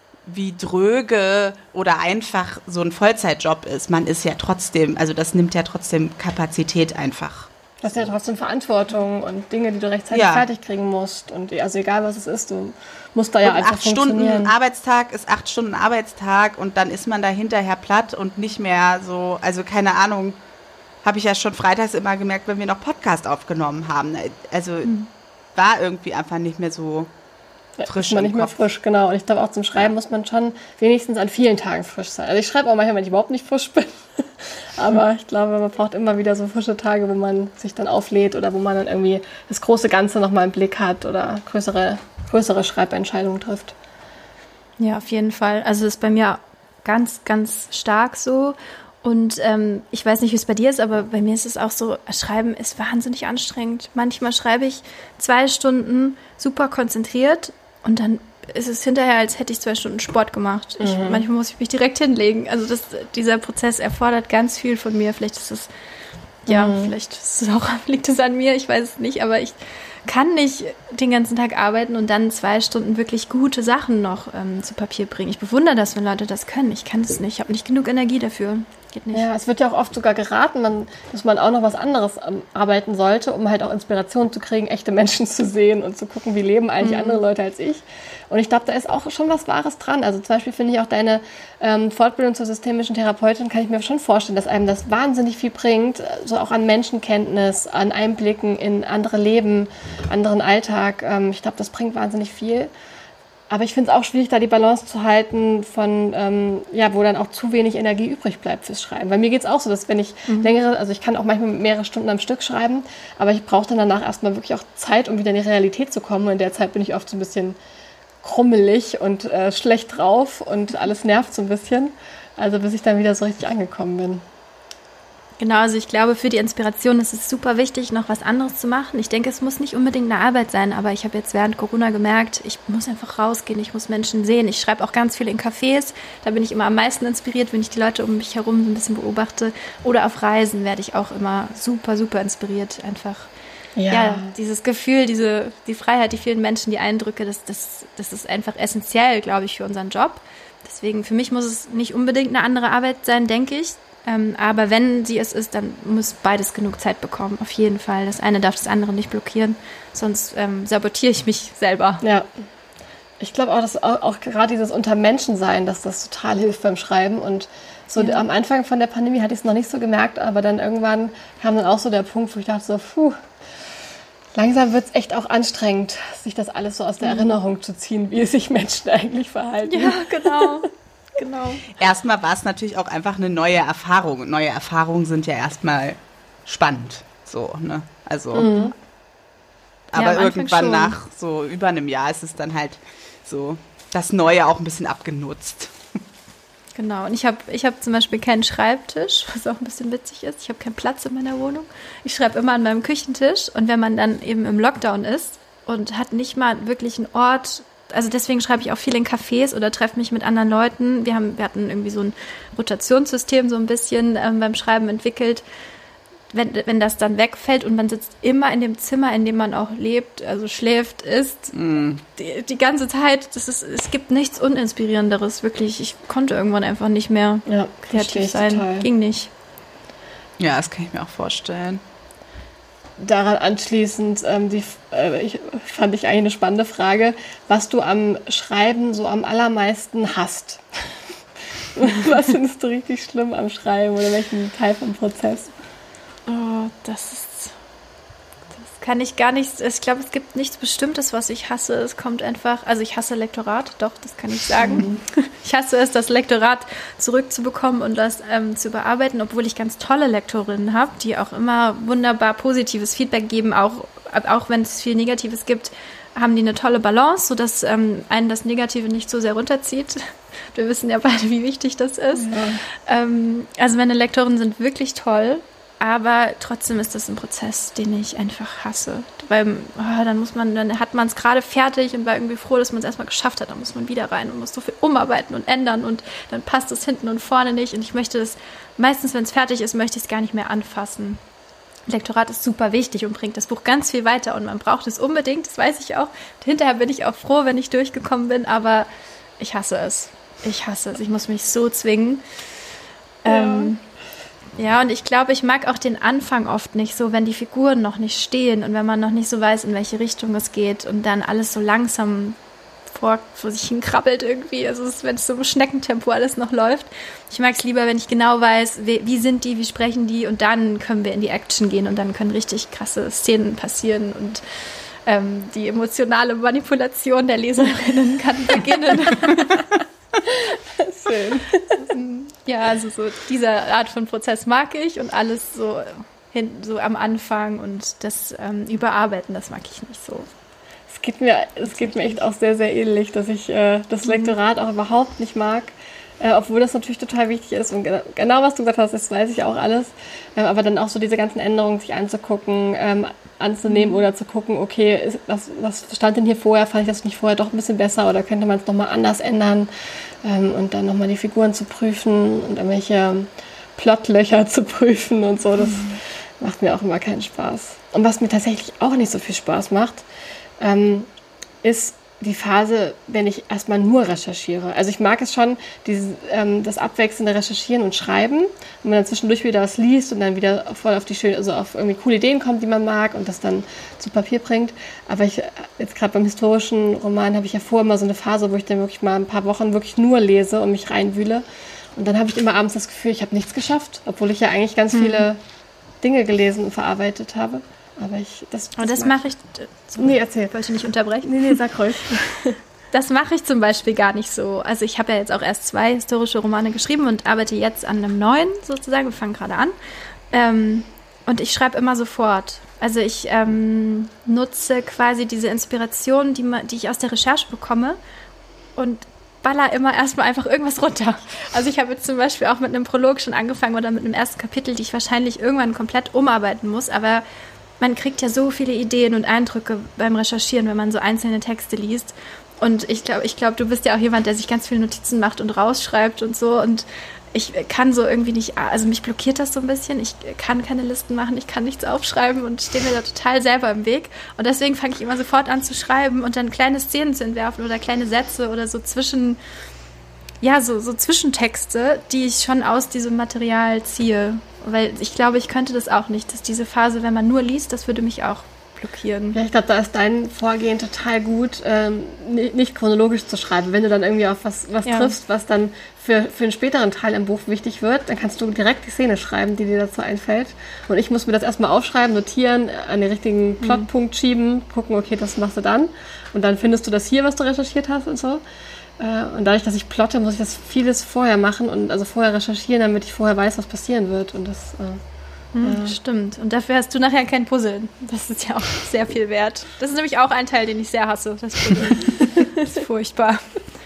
dröge oder einfach so ein Vollzeitjob ist, man ist ja trotzdem, also das nimmt ja trotzdem Kapazität einfach. Das ist ja trotzdem Verantwortung und Dinge, die du rechtzeitig fertig kriegen musst. Und also egal was es ist, du musst da ja einfach funktionieren. 8 Stunden Arbeitstag und dann ist man da hinterher platt und nicht mehr so, also keine Ahnung, habe ich ja schon freitags immer gemerkt, wenn wir noch Podcast aufgenommen haben. Also war irgendwie einfach nicht mehr so... frisch. Ist man nicht mehr frisch, genau. Und ich glaube, auch zum Schreiben muss man schon wenigstens an vielen Tagen frisch sein. Also ich schreibe auch manchmal, wenn ich überhaupt nicht frisch bin. Aber ich glaube, man braucht immer wieder so frische Tage, wo man sich dann auflädt oder wo man dann irgendwie das große Ganze nochmal im Blick hat oder größere Schreibentscheidungen trifft. Ja, auf jeden Fall. Also das ist bei mir ganz, ganz stark so. Und ich weiß nicht, wie es bei dir ist, aber bei mir ist es auch so, Schreiben ist wahnsinnig anstrengend. Manchmal schreibe ich 2 Stunden super konzentriert und dann ist es hinterher, als hätte ich 2 Stunden Sport gemacht. Manchmal muss ich mich direkt hinlegen. Also dieser Prozess erfordert ganz viel von mir. Vielleicht ist es, liegt es an mir, ich weiß es nicht, aber ich kann nicht den ganzen Tag arbeiten und dann 2 Stunden wirklich gute Sachen noch zu Papier bringen. Ich bewundere das, wenn Leute das können. Ich kann das nicht. Ich habe nicht genug Energie dafür. Geht nicht. Ja, es wird ja auch oft sogar geraten, dass man auch noch was anderes arbeiten sollte, um halt auch Inspiration zu kriegen, echte Menschen zu sehen und zu gucken, wie leben eigentlich andere Leute als ich. Und ich glaube, da ist auch schon was Wahres dran. Also zum Beispiel finde ich auch deine Fortbildung zur systemischen Therapeutin, kann ich mir schon vorstellen, dass einem das wahnsinnig viel bringt, so auch an Menschenkenntnis, an Einblicken in andere Leben, anderen Alltag. Ich glaube, das bringt wahnsinnig viel. Aber ich finde es auch schwierig, da die Balance zu halten von, wo dann auch zu wenig Energie übrig bleibt fürs Schreiben. Bei mir geht es auch so, dass wenn ich ich kann auch manchmal mehrere Stunden am Stück schreiben, aber ich brauche dann danach erstmal wirklich auch Zeit, um wieder in die Realität zu kommen. Und in der Zeit bin ich oft so ein bisschen krummelig und schlecht drauf und alles nervt so ein bisschen. Also bis ich dann wieder so richtig angekommen bin. Genau, also ich glaube, für die Inspiration ist es super wichtig, noch was anderes zu machen. Ich denke, es muss nicht unbedingt eine Arbeit sein, aber ich habe jetzt während Corona gemerkt, ich muss einfach rausgehen, ich muss Menschen sehen. Ich schreibe auch ganz viel in Cafés, da bin ich immer am meisten inspiriert, wenn ich die Leute um mich herum so ein bisschen beobachte. Oder auf Reisen werde ich auch immer super, super inspiriert. Einfach, dieses Gefühl, die Freiheit, die vielen Menschen, die Eindrücke, das ist einfach essentiell, glaube ich, für unseren Job. Deswegen, für mich muss es nicht unbedingt eine andere Arbeit sein, denke ich. Aber wenn sie es ist, dann muss beides genug Zeit bekommen, auf jeden Fall. Das eine darf das andere nicht blockieren, sonst sabotiere ich mich selber. Ja, ich glaube auch, dass auch gerade dieses Untermenschensein, dass das total hilft beim Schreiben. Und so am Anfang von der Pandemie hatte ich es noch nicht so gemerkt, aber dann irgendwann kam dann auch so der Punkt, wo ich dachte so, langsam wird es echt auch anstrengend, sich das alles so aus der Erinnerung zu ziehen, wie sich Menschen eigentlich verhalten. Ja, genau. Erstmal war es natürlich auch einfach eine neue Erfahrung. Neue Erfahrungen sind ja erstmal spannend. So, ne? Also, aber irgendwann nach so über einem Jahr ist es dann halt so das Neue auch ein bisschen abgenutzt. Genau, und ich hab zum Beispiel keinen Schreibtisch, was auch ein bisschen witzig ist. Ich habe keinen Platz in meiner Wohnung. Ich schreibe immer an meinem Küchentisch und wenn man dann eben im Lockdown ist und hat nicht mal wirklich einen Ort, also deswegen schreibe ich auch viel in Cafés oder treffe mich mit anderen Leuten. Wir hatten irgendwie so ein Rotationssystem so ein bisschen beim Schreiben entwickelt. Wenn das dann wegfällt und man sitzt immer in dem Zimmer, in dem man auch lebt, also schläft, isst, die ganze Zeit, es gibt nichts Uninspirierenderes, wirklich. Ich konnte irgendwann einfach nicht mehr kreativ sein. Total. Ging nicht. Ja, das kann ich mir auch vorstellen. Daran anschließend, fand ich eigentlich eine spannende Frage, was du am Schreiben so am allermeisten hasst. Was findest du richtig schlimm am Schreiben oder welchen Teil vom Prozess? Oh, das kann ich gar nicht, ich glaube, es gibt nichts Bestimmtes, was ich hasse. Es kommt einfach, also ich hasse Lektorat, doch, das kann ich sagen. Ich hasse es, das Lektorat zurückzubekommen und das zu überarbeiten, obwohl ich ganz tolle Lektorinnen habe, die auch immer wunderbar positives Feedback geben, auch wenn es viel Negatives gibt, haben die eine tolle Balance, sodass einen das Negative nicht so sehr runterzieht. Wir wissen ja beide, wie wichtig das ist. Ja. Also meine Lektorinnen sind wirklich toll. Aber trotzdem ist das ein Prozess, den ich einfach hasse. Weil dann hat man es gerade fertig und war irgendwie froh, dass man es erstmal geschafft hat. Dann muss man wieder rein und muss so viel umarbeiten und ändern und dann passt es hinten und vorne nicht. Und ich möchte das, meistens wenn es fertig ist, möchte ich es gar nicht mehr anfassen. Lektorat ist super wichtig und bringt das Buch ganz viel weiter und man braucht es unbedingt, das weiß ich auch. Und hinterher bin ich auch froh, wenn ich durchgekommen bin, aber ich hasse es. Ich muss mich so zwingen. Ja, und ich glaube, ich mag auch den Anfang oft nicht so, wenn die Figuren noch nicht stehen und wenn man noch nicht so weiß, in welche Richtung es geht und dann alles so langsam vor sich hinkrabbelt irgendwie. Also wenn es so im Schneckentempo alles noch läuft. Ich mag es lieber, wenn ich genau weiß, wie sind die, wie sprechen die und dann können wir in die Action gehen und dann können richtig krasse Szenen passieren und die emotionale Manipulation der Leserinnen kann beginnen. Schön. Ja, also so diese Art von Prozess mag ich und alles so am Anfang und das Überarbeiten, das mag ich nicht so. Es geht mir echt auch sehr, sehr ähnlich, dass ich das Lektorat auch überhaupt nicht mag. Obwohl das natürlich total wichtig ist und genau was du gesagt hast, das weiß ich auch alles, aber dann auch so diese ganzen Änderungen sich anzugucken, anzunehmen oder zu gucken, okay, was stand denn hier vorher, fand ich das nicht vorher doch ein bisschen besser oder könnte man es nochmal anders ändern und dann nochmal die Figuren zu prüfen und irgendwelche Plotlöcher zu prüfen und so, das macht mir auch immer keinen Spaß. Und was mir tatsächlich auch nicht so viel Spaß macht, ist die Phase, wenn ich erstmal nur recherchiere. Also ich mag es schon, das abwechselnde Recherchieren und Schreiben, wenn man dann zwischendurch wieder was liest und dann wieder voll auf auf irgendwie coole Ideen kommt, die man mag und das dann zu Papier bringt. Aber jetzt gerade beim historischen Roman habe ich ja vorher immer so eine Phase, wo ich dann wirklich mal ein paar Wochen wirklich nur lese und mich reinwühle. Und dann habe ich immer abends das Gefühl, ich habe nichts geschafft, obwohl ich ja eigentlich ganz viele Dinge gelesen und verarbeitet habe. Aber das mache ich. Nee, erzähl. Ich wollte nicht unterbrechen. Nee, sag ruhig. Das mache ich zum Beispiel gar nicht so. Also ich habe ja jetzt auch erst 2 historische Romane geschrieben und arbeite jetzt an einem neuen sozusagen. Wir fangen gerade an. Und ich schreibe immer sofort. Also ich nutze quasi diese Inspiration, die ich aus der Recherche bekomme und baller immer erstmal einfach irgendwas runter. Also ich habe jetzt zum Beispiel auch mit einem Prolog schon angefangen oder mit einem ersten Kapitel, die ich wahrscheinlich irgendwann komplett umarbeiten muss, aber man kriegt ja so viele Ideen und Eindrücke beim Recherchieren, wenn man so einzelne Texte liest. Und ich glaube, du bist ja auch jemand, der sich ganz viele Notizen macht und rausschreibt und so. Und ich kann so irgendwie nicht, also mich blockiert das so ein bisschen. Ich kann keine Listen machen, ich kann nichts aufschreiben und stehe mir da total selber im Weg. Und deswegen fange ich immer sofort an zu schreiben und dann kleine Szenen zu entwerfen oder kleine Sätze oder so so Zwischentexte, die ich schon aus diesem Material ziehe. Weil ich glaube, ich könnte das auch nicht. Dass diese Phase, wenn man nur liest, das würde mich auch blockieren. Ja, ich glaube, da ist dein Vorgehen total gut, nicht chronologisch zu schreiben. Wenn du dann irgendwie auf was triffst, was dann für einen späteren Teil im Buch wichtig wird, dann kannst du direkt die Szene schreiben, die dir dazu einfällt. Und ich muss mir das erstmal aufschreiben, notieren, an den richtigen Plotpunkt schieben, gucken, okay, das machst du dann. Und dann findest du das hier, was du recherchiert hast und so. Und dadurch, dass ich plotte, muss ich das vieles vorher machen und also vorher recherchieren, damit ich vorher weiß, was passieren wird. Und das stimmt. Und dafür hast du nachher kein Puzzeln. Das ist ja auch sehr viel wert. Das ist nämlich auch ein Teil, den ich sehr hasse, das Puzzeln. Das ist furchtbar.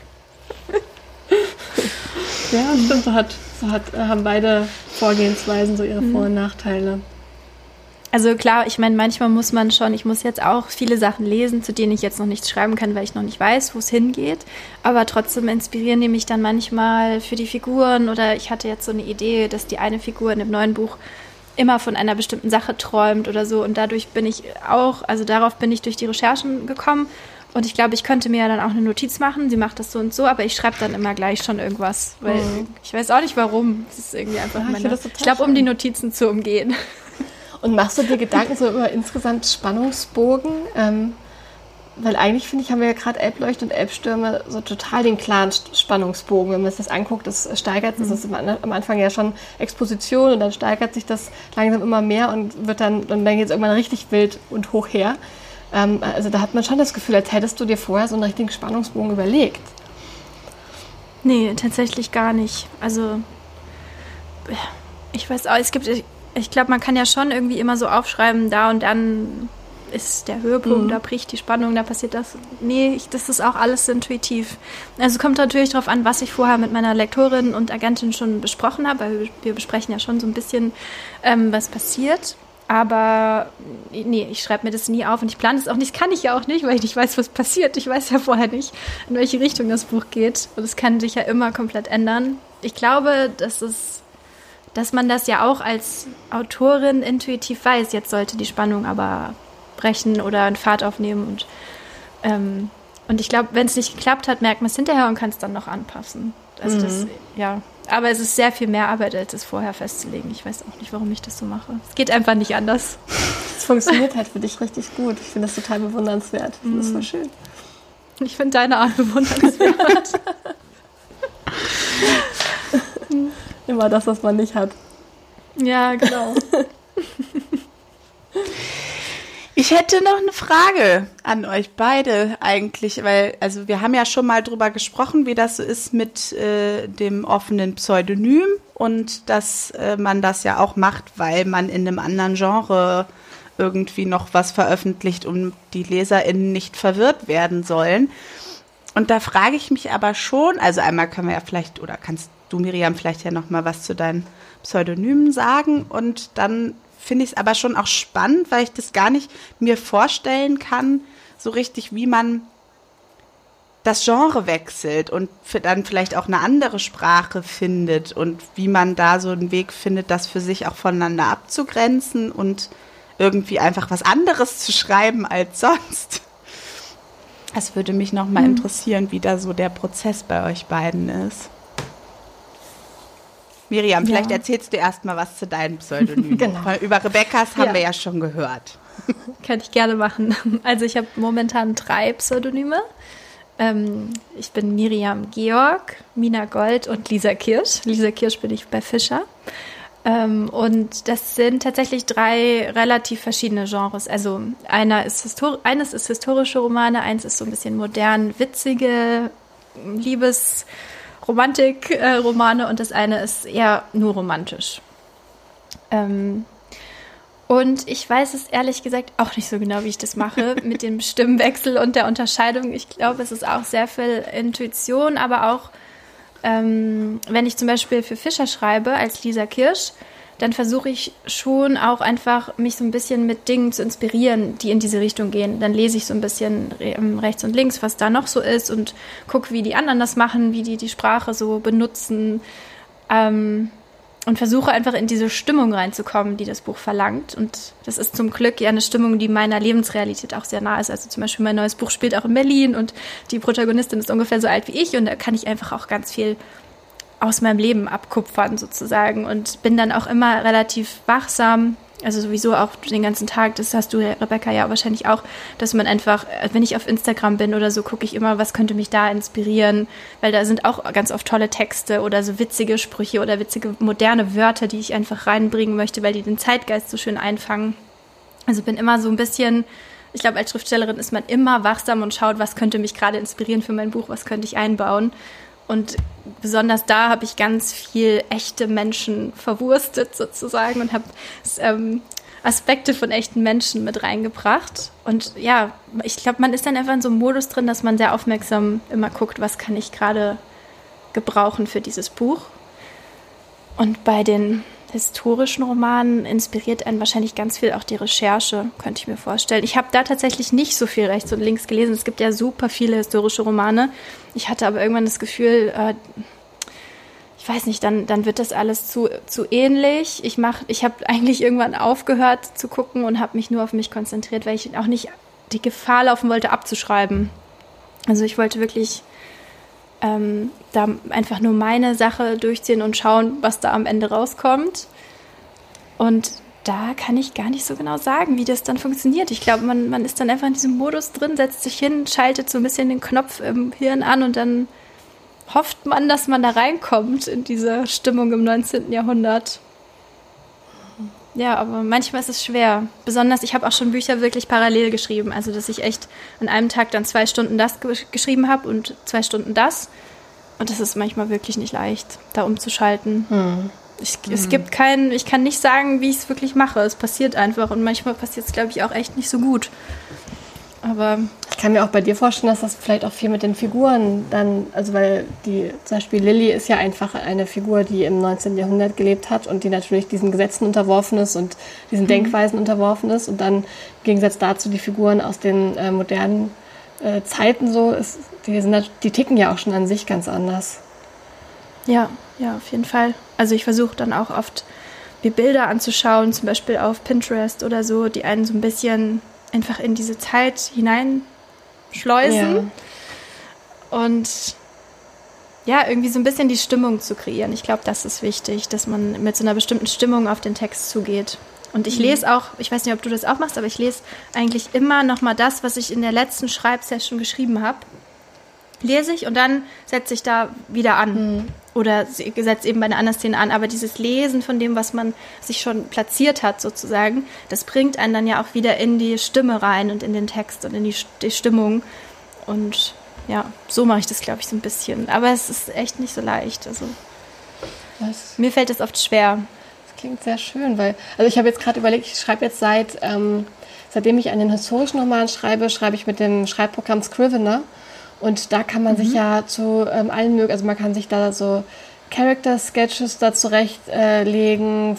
Ja, stimmt. Haben beide Vorgehensweisen so ihre Vor- und Nachteile. Also klar, ich meine, manchmal muss man schon, ich muss jetzt auch viele Sachen lesen, zu denen ich jetzt noch nichts schreiben kann, weil ich noch nicht weiß, wo es hingeht. Aber trotzdem inspirieren die mich dann manchmal für die Figuren. Oder ich hatte jetzt so eine Idee, dass die eine Figur in dem neuen Buch immer von einer bestimmten Sache träumt oder so. Und dadurch bin ich auch, also darauf bin ich durch die Recherchen gekommen. Und ich glaube, ich könnte mir ja dann auch eine Notiz machen, sie macht das so und so, aber ich schreibe dann immer gleich schon irgendwas. Weil ich weiß auch nicht warum. Das ist irgendwie einfach ich glaube, um die Notizen zu umgehen. Und machst du dir Gedanken so über insgesamt Spannungsbogen? Weil eigentlich, finde ich, haben wir ja gerade Elbleucht und Elbstürme so total den klaren Spannungsbogen. Wenn man sich das anguckt, das steigert sich, das ist am Anfang ja schon Exposition und dann steigert sich das langsam immer mehr und wird dann geht es irgendwann richtig wild und hoch her. Also da hat man schon das Gefühl, als hättest du dir vorher so einen richtigen Spannungsbogen überlegt. Nee, tatsächlich gar nicht. Also ich weiß auch, ich glaube, man kann ja schon irgendwie immer so aufschreiben, da und dann ist der Höhepunkt, da bricht die Spannung, da passiert das. Nee, das ist auch alles intuitiv. Also es kommt natürlich darauf an, was ich vorher mit meiner Lektorin und Agentin schon besprochen habe, weil wir besprechen ja schon so ein bisschen, was passiert. Aber nee, ich schreibe mir das nie auf und ich plane es auch nicht, kann ich ja auch nicht, weil ich nicht weiß, was passiert. Ich weiß ja vorher nicht, in welche Richtung das Buch geht. Und es kann sich ja immer komplett ändern. Ich glaube, dass man das ja auch als Autorin intuitiv weiß, jetzt sollte die Spannung aber brechen oder einen Pfad aufnehmen. Und ich glaube, wenn es nicht geklappt hat, merkt man es hinterher und kann es dann noch anpassen. Also das, ja. Aber es ist sehr viel mehr Arbeit, als es vorher festzulegen. Ich weiß auch nicht, warum ich das so mache. Es geht einfach nicht anders. Es funktioniert halt für dich richtig gut. Ich finde das total bewundernswert. Ich finde das voll schön. Ich finde deine Art bewundernswert. Immer das, was man nicht hat. Ja, genau. Ich hätte noch eine Frage an euch beide eigentlich, weil also wir haben ja schon mal drüber gesprochen, wie das so ist mit dem offenen Pseudonym und dass man das ja auch macht, weil man in einem anderen Genre irgendwie noch was veröffentlicht, um die LeserInnen nicht verwirrt werden sollen. Und da frage ich mich aber schon, also einmal können wir ja vielleicht, oder kannst du, Miriam, vielleicht ja noch mal was zu deinen Pseudonymen sagen und dann finde ich es aber schon auch spannend, weil ich das gar nicht mir vorstellen kann, so richtig, wie man das Genre wechselt und dann vielleicht auch eine andere Sprache findet und wie man da so einen Weg findet, das für sich auch voneinander abzugrenzen und irgendwie einfach was anderes zu schreiben als sonst. Das würde mich noch mal interessieren, wie da so der Prozess bei euch beiden ist. Miriam, vielleicht erzählst du erst mal was zu deinem Pseudonym. Genau. Über Rebekkas haben wir ja schon gehört. Kann ich gerne machen. Also ich habe momentan 3 Pseudonyme. Ich bin Miriam Georg, Mina Gold und Lisa Kirsch. Lisa Kirsch bin ich bei Fischer. Und das sind tatsächlich 3 relativ verschiedene Genres. Also eines ist historische Romane, eins ist so ein bisschen modern, witzige Romantik-Romane und das eine ist eher nur romantisch. Und ich weiß es ehrlich gesagt auch nicht so genau, wie ich das mache mit dem Stimmwechsel und der Unterscheidung. Ich glaube, es ist auch sehr viel Intuition, aber auch, wenn ich zum Beispiel für Fischer schreibe als Lisa Kirsch, dann versuche ich schon auch einfach, mich so ein bisschen mit Dingen zu inspirieren, die in diese Richtung gehen. Dann lese ich so ein bisschen rechts und links, was da noch so ist und gucke, wie die anderen das machen, wie die Sprache so benutzen. Und versuche einfach in diese Stimmung reinzukommen, die das Buch verlangt. Und das ist zum Glück ja eine Stimmung, die meiner Lebensrealität auch sehr nah ist. Also zum Beispiel mein neues Buch spielt auch in Berlin und die Protagonistin ist ungefähr so alt wie ich und da kann ich einfach auch ganz viel aus meinem Leben abkupfern sozusagen und bin dann auch immer relativ wachsam. Also sowieso auch den ganzen Tag, das hast du, Rebecca, ja wahrscheinlich auch, dass man einfach, wenn ich auf Instagram bin oder so, gucke ich immer, was könnte mich da inspirieren, weil da sind auch ganz oft tolle Texte oder so witzige Sprüche oder witzige moderne Wörter, die ich einfach reinbringen möchte, weil die den Zeitgeist so schön einfangen. Also bin immer so ein bisschen, ich glaube, als Schriftstellerin ist man immer wachsam und schaut, was könnte mich gerade inspirieren für mein Buch, was könnte ich einbauen. Und besonders da habe ich ganz viel echte Menschen verwurstet sozusagen und habe Aspekte von echten Menschen mit reingebracht. Und ja, ich glaube, man ist dann einfach in so einem Modus drin, dass man sehr aufmerksam immer guckt, was kann ich gerade gebrauchen für dieses Buch. Und bei den historischen Romanen inspiriert einen wahrscheinlich ganz viel auch die Recherche, könnte ich mir vorstellen. Ich habe da tatsächlich nicht so viel rechts und links gelesen. Es gibt ja super viele historische Romane. Ich hatte aber irgendwann das Gefühl, ich weiß nicht, dann wird das alles zu ähnlich. Ich habe eigentlich irgendwann aufgehört zu gucken und habe mich nur auf mich konzentriert, weil ich auch nicht die Gefahr laufen wollte, abzuschreiben. Also ich wollte wirklich da einfach nur meine Sache durchziehen und schauen, was da am Ende rauskommt. Und da kann ich gar nicht so genau sagen, wie das dann funktioniert. Ich glaube, man ist dann einfach in diesem Modus drin, setzt sich hin, schaltet so ein bisschen den Knopf im Hirn an und dann hofft man, dass man da reinkommt in diese Stimmung im 19. Jahrhundert. Ja, aber manchmal ist es schwer. Besonders, ich habe auch schon Bücher wirklich parallel geschrieben. Also, dass ich echt an einem Tag dann 2 Stunden das geschrieben habe und 2 Stunden das. Und das ist manchmal wirklich nicht leicht, da umzuschalten. Es gibt ich kann nicht sagen, wie ich es wirklich mache. Es passiert einfach und manchmal passiert es, glaube ich, auch echt nicht so gut. Aber ich kann mir auch bei dir vorstellen, dass das vielleicht auch viel mit den Figuren dann, also weil zum Beispiel Lilly ist ja einfach eine Figur, die im 19. Jahrhundert gelebt hat und die natürlich diesen Gesetzen unterworfen ist und diesen Denkweisen unterworfen ist und dann im Gegensatz dazu die Figuren aus den modernen Zeiten so, die ticken ja auch schon an sich ganz anders. Ja, auf jeden Fall. Also ich versuche dann auch oft mir Bilder anzuschauen, zum Beispiel auf Pinterest oder so, die einen so ein bisschen einfach in diese Zeit hineinschleusen. Ja. Und ja, irgendwie so ein bisschen die Stimmung zu kreieren. Ich glaube, das ist wichtig, dass man mit so einer bestimmten Stimmung auf den Text zugeht. Und ich lese auch, ich weiß nicht, ob du das auch machst, aber ich lese eigentlich immer nochmal das, was ich in der letzten Schreibsession geschrieben habe. Lese ich und dann setze ich da wieder an. Oder setze eben bei einer anderen Szene an. Aber dieses Lesen von dem, was man sich schon platziert hat, sozusagen, das bringt einen dann ja auch wieder in die Stimme rein und in den Text und in die Stimmung. Und ja, so mache ich das, glaube ich, so ein bisschen. Aber es ist echt nicht so leicht. Also mir fällt es oft schwer. Das klingt sehr schön, weil, also ich habe jetzt gerade überlegt, ich schreibe jetzt seitdem ich einen historischen Roman schreibe ich mit dem Schreibprogramm Scrivener. Und da kann man sich ja zu allen möglichen, also man kann sich da so Character-Sketches da zurechtlegen,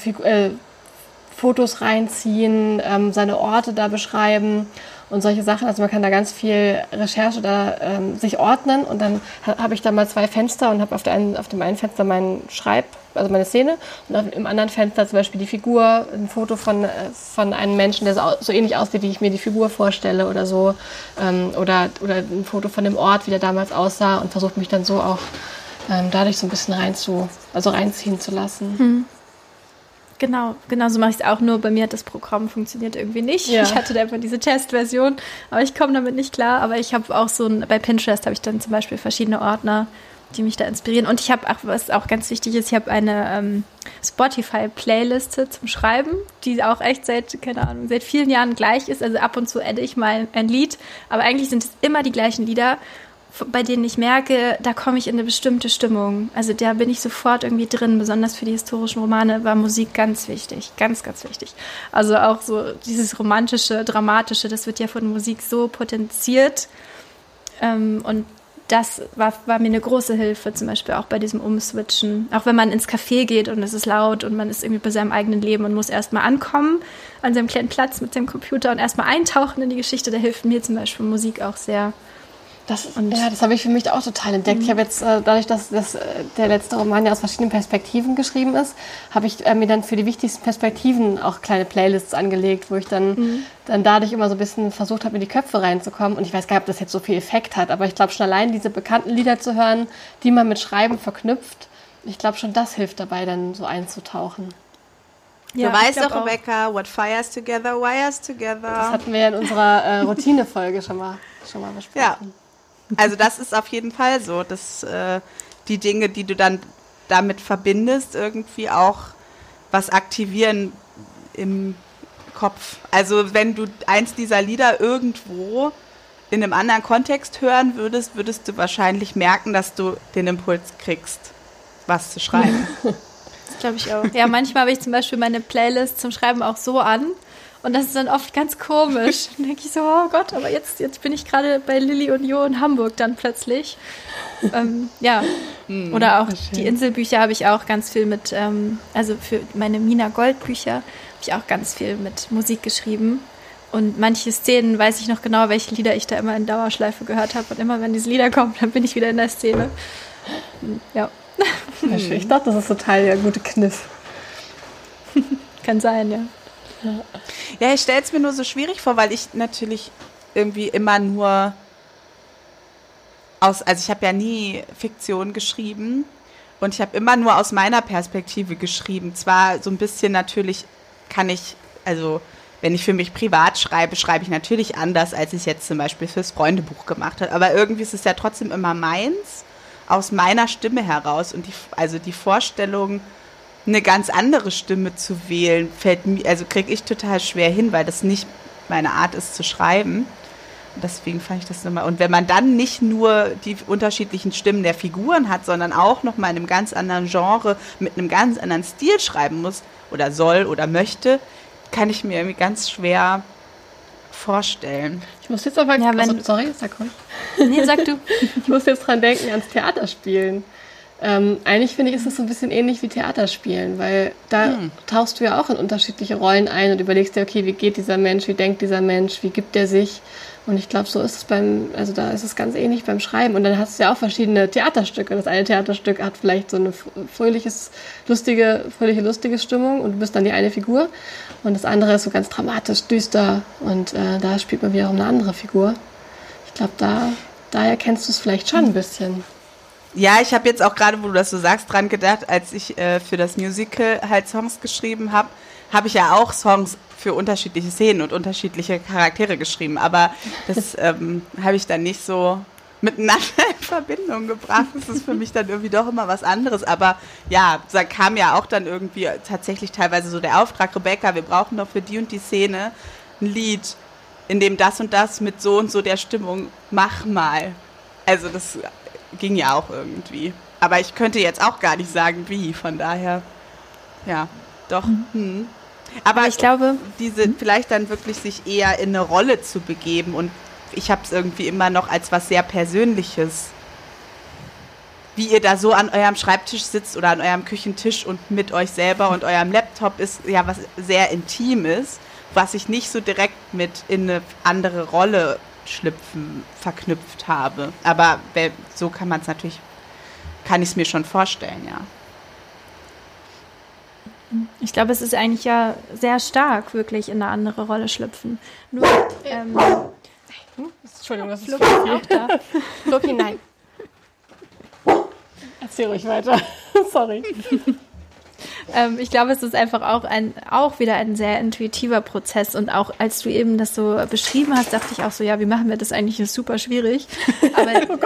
Fotos reinziehen, seine Orte da beschreiben und solche Sachen. Also man kann da ganz viel Recherche da sich ordnen und dann habe ich da mal 2 Fenster und habe auf dem einen Fenster meine Szene und im anderen Fenster zum Beispiel die Figur, ein Foto von einem Menschen, der so ähnlich aussieht, wie ich mir die Figur vorstelle oder so. Oder ein Foto von dem Ort, wie der damals aussah und versuche mich dann so auch dadurch so ein bisschen reinziehen zu lassen. Genau so mache ich es auch, nur bei mir hat das Programm funktioniert irgendwie nicht. Ja. Ich hatte da einfach diese Testversion, aber ich komme damit nicht klar. Aber ich habe auch bei Pinterest habe ich dann zum Beispiel verschiedene Ordner, die mich da inspirieren. Und ich habe auch, was auch ganz wichtig ist, ich habe eine Spotify-Playliste zum Schreiben, die auch echt seit vielen Jahren gleich ist. Also ab und zu adde ich mal ein Lied, aber eigentlich sind es immer die gleichen Lieder, bei denen ich merke, da komme ich in eine bestimmte Stimmung. Also da bin ich sofort irgendwie drin. Besonders für die historischen Romane war Musik ganz wichtig. Ganz, ganz wichtig. Also auch so dieses romantische, dramatische, das wird ja von Musik so potenziert. Und das war mir eine große Hilfe, zum Beispiel auch bei diesem Umswitchen. Auch wenn man ins Café geht und es ist laut und man ist irgendwie bei seinem eigenen Leben und muss erstmal ankommen an seinem kleinen Platz mit dem Computer und erstmal eintauchen in die Geschichte, da hilft mir zum Beispiel Musik auch sehr. Das habe ich für mich auch total entdeckt. Ich habe jetzt, dadurch, dass der letzte Roman ja aus verschiedenen Perspektiven geschrieben ist, habe ich mir dann für die wichtigsten Perspektiven auch kleine Playlists angelegt, wo ich dann dadurch immer so ein bisschen versucht habe, in die Köpfe reinzukommen. Und ich weiß gar nicht, ob das jetzt so viel Effekt hat, aber ich glaube schon allein diese bekannten Lieder zu hören, die man mit Schreiben verknüpft, ich glaube schon, das hilft dabei, dann so einzutauchen. Ja, du weißt doch, Rebecca, what fires together, wires together. Das hatten wir ja in unserer Routine-Folge schon mal besprochen. Ja. Also das ist auf jeden Fall so, dass die Dinge, die du dann damit verbindest, irgendwie auch was aktivieren im Kopf. Also wenn du eins dieser Lieder irgendwo in einem anderen Kontext hören würdest du wahrscheinlich merken, dass du den Impuls kriegst, was zu schreiben. Das glaube ich auch. Ja, manchmal habe ich zum Beispiel meine Playlist zum Schreiben auch so an. Und das ist dann oft ganz komisch. Dann denke ich so, oh Gott, aber jetzt bin ich gerade bei Lilly und Jo in Hamburg dann plötzlich. Oder auch die Inselbücher habe ich auch ganz viel mit, also für meine Mina Gold Bücher habe ich auch ganz viel mit Musik geschrieben. Und manche Szenen weiß ich noch genau, welche Lieder ich da immer in Dauerschleife gehört habe. Und immer wenn diese Lieder kommen, dann bin ich wieder in der Szene. Ja. Ich dachte, das ist total der gute Kniff. Kann sein, ja. Ja, ich stelle es mir nur so schwierig vor, weil ich natürlich irgendwie immer nur also ich habe ja nie Fiktion geschrieben und ich habe immer nur aus meiner Perspektive geschrieben. Zwar so ein bisschen natürlich also wenn ich für mich privat schreibe, schreibe ich natürlich anders, als ich es jetzt zum Beispiel fürs Freundebuch gemacht habe. Aber irgendwie ist es ja trotzdem immer meins, aus meiner Stimme heraus. Und die Vorstellung, eine ganz andere Stimme zu wählen, kriege ich total schwer hin, weil das nicht meine Art ist zu schreiben. Und deswegen fand ich das nochmal. Und wenn man dann nicht nur die unterschiedlichen Stimmen der Figuren hat, sondern auch nochmal in einem ganz anderen Genre mit einem ganz anderen Stil schreiben muss oder soll oder möchte, kann ich mir irgendwie ganz schwer vorstellen. Ich muss jetzt aber... sorry, sag ruhig. Nee, sag du. Ich muss jetzt dran denken, ans Theaterspielen. Eigentlich finde ich, ist es so ein bisschen ähnlich wie Theaterspielen, weil da tauchst du ja auch in unterschiedliche Rollen ein und überlegst dir, okay, wie geht dieser Mensch, wie denkt dieser Mensch, wie gibt der sich? Und ich glaube, so ist es da ist es ganz ähnlich beim Schreiben. Und dann hast du ja auch verschiedene Theaterstücke. Das eine Theaterstück hat vielleicht so eine fröhliche, lustige Stimmung und du bist dann die eine Figur. Und das andere ist so ganz dramatisch, düster und da spielt man wiederum eine andere Figur. Ich glaube, daher kennst du es vielleicht schon ein bisschen. Ja, ich habe jetzt auch gerade, wo du das so sagst, dran gedacht, als ich für das Musical halt Songs geschrieben habe, habe ich ja auch Songs für unterschiedliche Szenen und unterschiedliche Charaktere geschrieben. Aber das habe ich dann nicht so miteinander in Verbindung gebracht. Das ist für mich dann irgendwie doch immer was anderes. Aber ja, da kam ja auch dann irgendwie tatsächlich teilweise so der Auftrag, Rebecca, wir brauchen doch für die und die Szene ein Lied, in dem das und das mit so und so der Stimmung, mach mal. Also das ging ja auch irgendwie. Aber ich könnte jetzt auch gar nicht sagen, wie. Von daher, ja, doch. Aber ich glaube, vielleicht dann wirklich sich eher in eine Rolle zu begeben. Und ich habe es irgendwie immer noch als was sehr Persönliches. Wie ihr da so an eurem Schreibtisch sitzt oder an eurem Küchentisch und mit euch selber und eurem Laptop ist ja was sehr Intimes, was ich nicht so direkt mit in eine andere Rolle verknüpft habe. Aber so kann ich es mir schon vorstellen, ja. Ich glaube, es ist eigentlich ja sehr stark, wirklich in eine andere Rolle schlüpfen. Nur, Entschuldigung, das ist Floki auch da. Floki, nein. Erzähl ruhig weiter. Sorry. Ich glaube, es ist einfach auch wieder ein sehr intuitiver Prozess. Und auch als du eben das so beschrieben hast, dachte ich auch so, ja, wie machen wir das eigentlich? Das ist super schwierig. Aber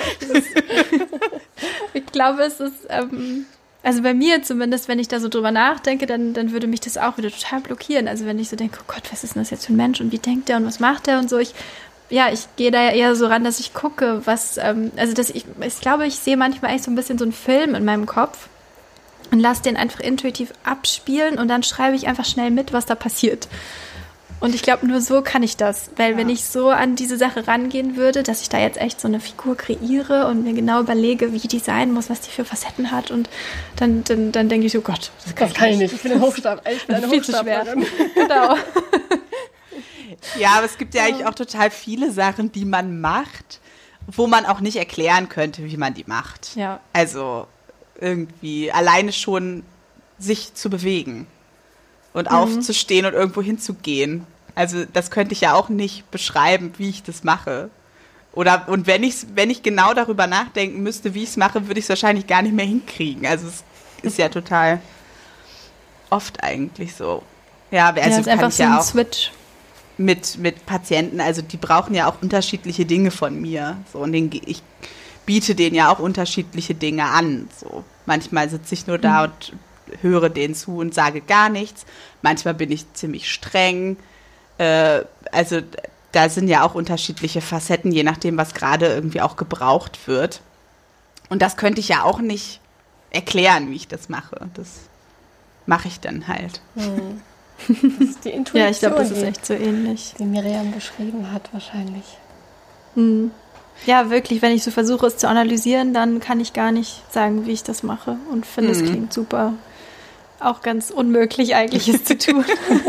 ich glaube, es ist, also bei mir zumindest, wenn ich da so drüber nachdenke, dann würde mich das auch wieder total blockieren. Also wenn ich so denke, oh Gott, was ist denn das jetzt für ein Mensch und wie denkt der und was macht der und so. ich gehe da ja eher so ran, dass ich gucke, was, ich glaube, ich sehe manchmal echt so ein bisschen so einen Film in meinem Kopf und lasse den einfach intuitiv abspielen und dann schreibe ich einfach schnell mit, was da passiert. Und ich glaube, nur so kann ich das, weil wenn ich so an diese Sache rangehen würde, dass ich da jetzt echt so eine Figur kreiere und mir genau überlege, wie die sein muss, was die für Facetten hat und dann denke ich, oh Gott, das kann ich nicht. Ich bin ein Hochstapler. Ich bin eine Hochstaplerin. Genau. Ja, aber es gibt ja eigentlich auch total viele Sachen, die man macht, wo man auch nicht erklären könnte, wie man die macht. Ja. Also irgendwie alleine schon sich zu bewegen und aufzustehen und irgendwo hinzugehen. Also das könnte ich ja auch nicht beschreiben, wie ich das mache. Und wenn ich genau darüber nachdenken müsste, wie ich es mache, würde ich es wahrscheinlich gar nicht mehr hinkriegen. Also es ist ja total oft eigentlich so. Ja, also es ist einfach so ein Switch. Mit Patienten, also die brauchen ja auch unterschiedliche Dinge von mir. So, und ich biete denen ja auch unterschiedliche Dinge an. So. Manchmal sitze ich nur da und höre denen zu und sage gar nichts. Manchmal bin ich ziemlich streng. Also da sind ja auch unterschiedliche Facetten, je nachdem, was gerade irgendwie auch gebraucht wird. Und das könnte ich ja auch nicht erklären, wie ich das mache. Das mache ich dann halt. Das ist die Intuition. Ja, ich glaube, das ist echt so ähnlich. Die Miriam beschrieben hat wahrscheinlich. Ja, wirklich, wenn ich so versuche, es zu analysieren, dann kann ich gar nicht sagen, wie ich das mache und finde, es klingt super. Auch ganz unmöglich eigentlich, es zu tun.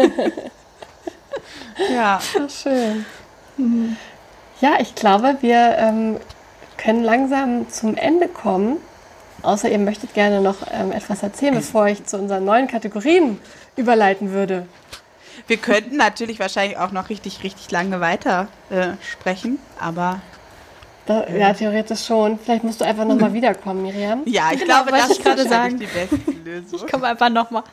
Ja, schön. Ja, ich glaube, wir können langsam zum Ende kommen. Außer ihr möchtet gerne noch etwas erzählen, bevor ich zu unseren neuen Kategorien überleiten würde. Wir könnten natürlich wahrscheinlich auch noch richtig, richtig lange weiter sprechen, aber... Ja, theoretisch schon. Vielleicht musst du einfach nochmal wiederkommen, Miriam. Ja, ich glaube, das ist gerade wahrscheinlich die beste Lösung. Ich komme einfach nochmal.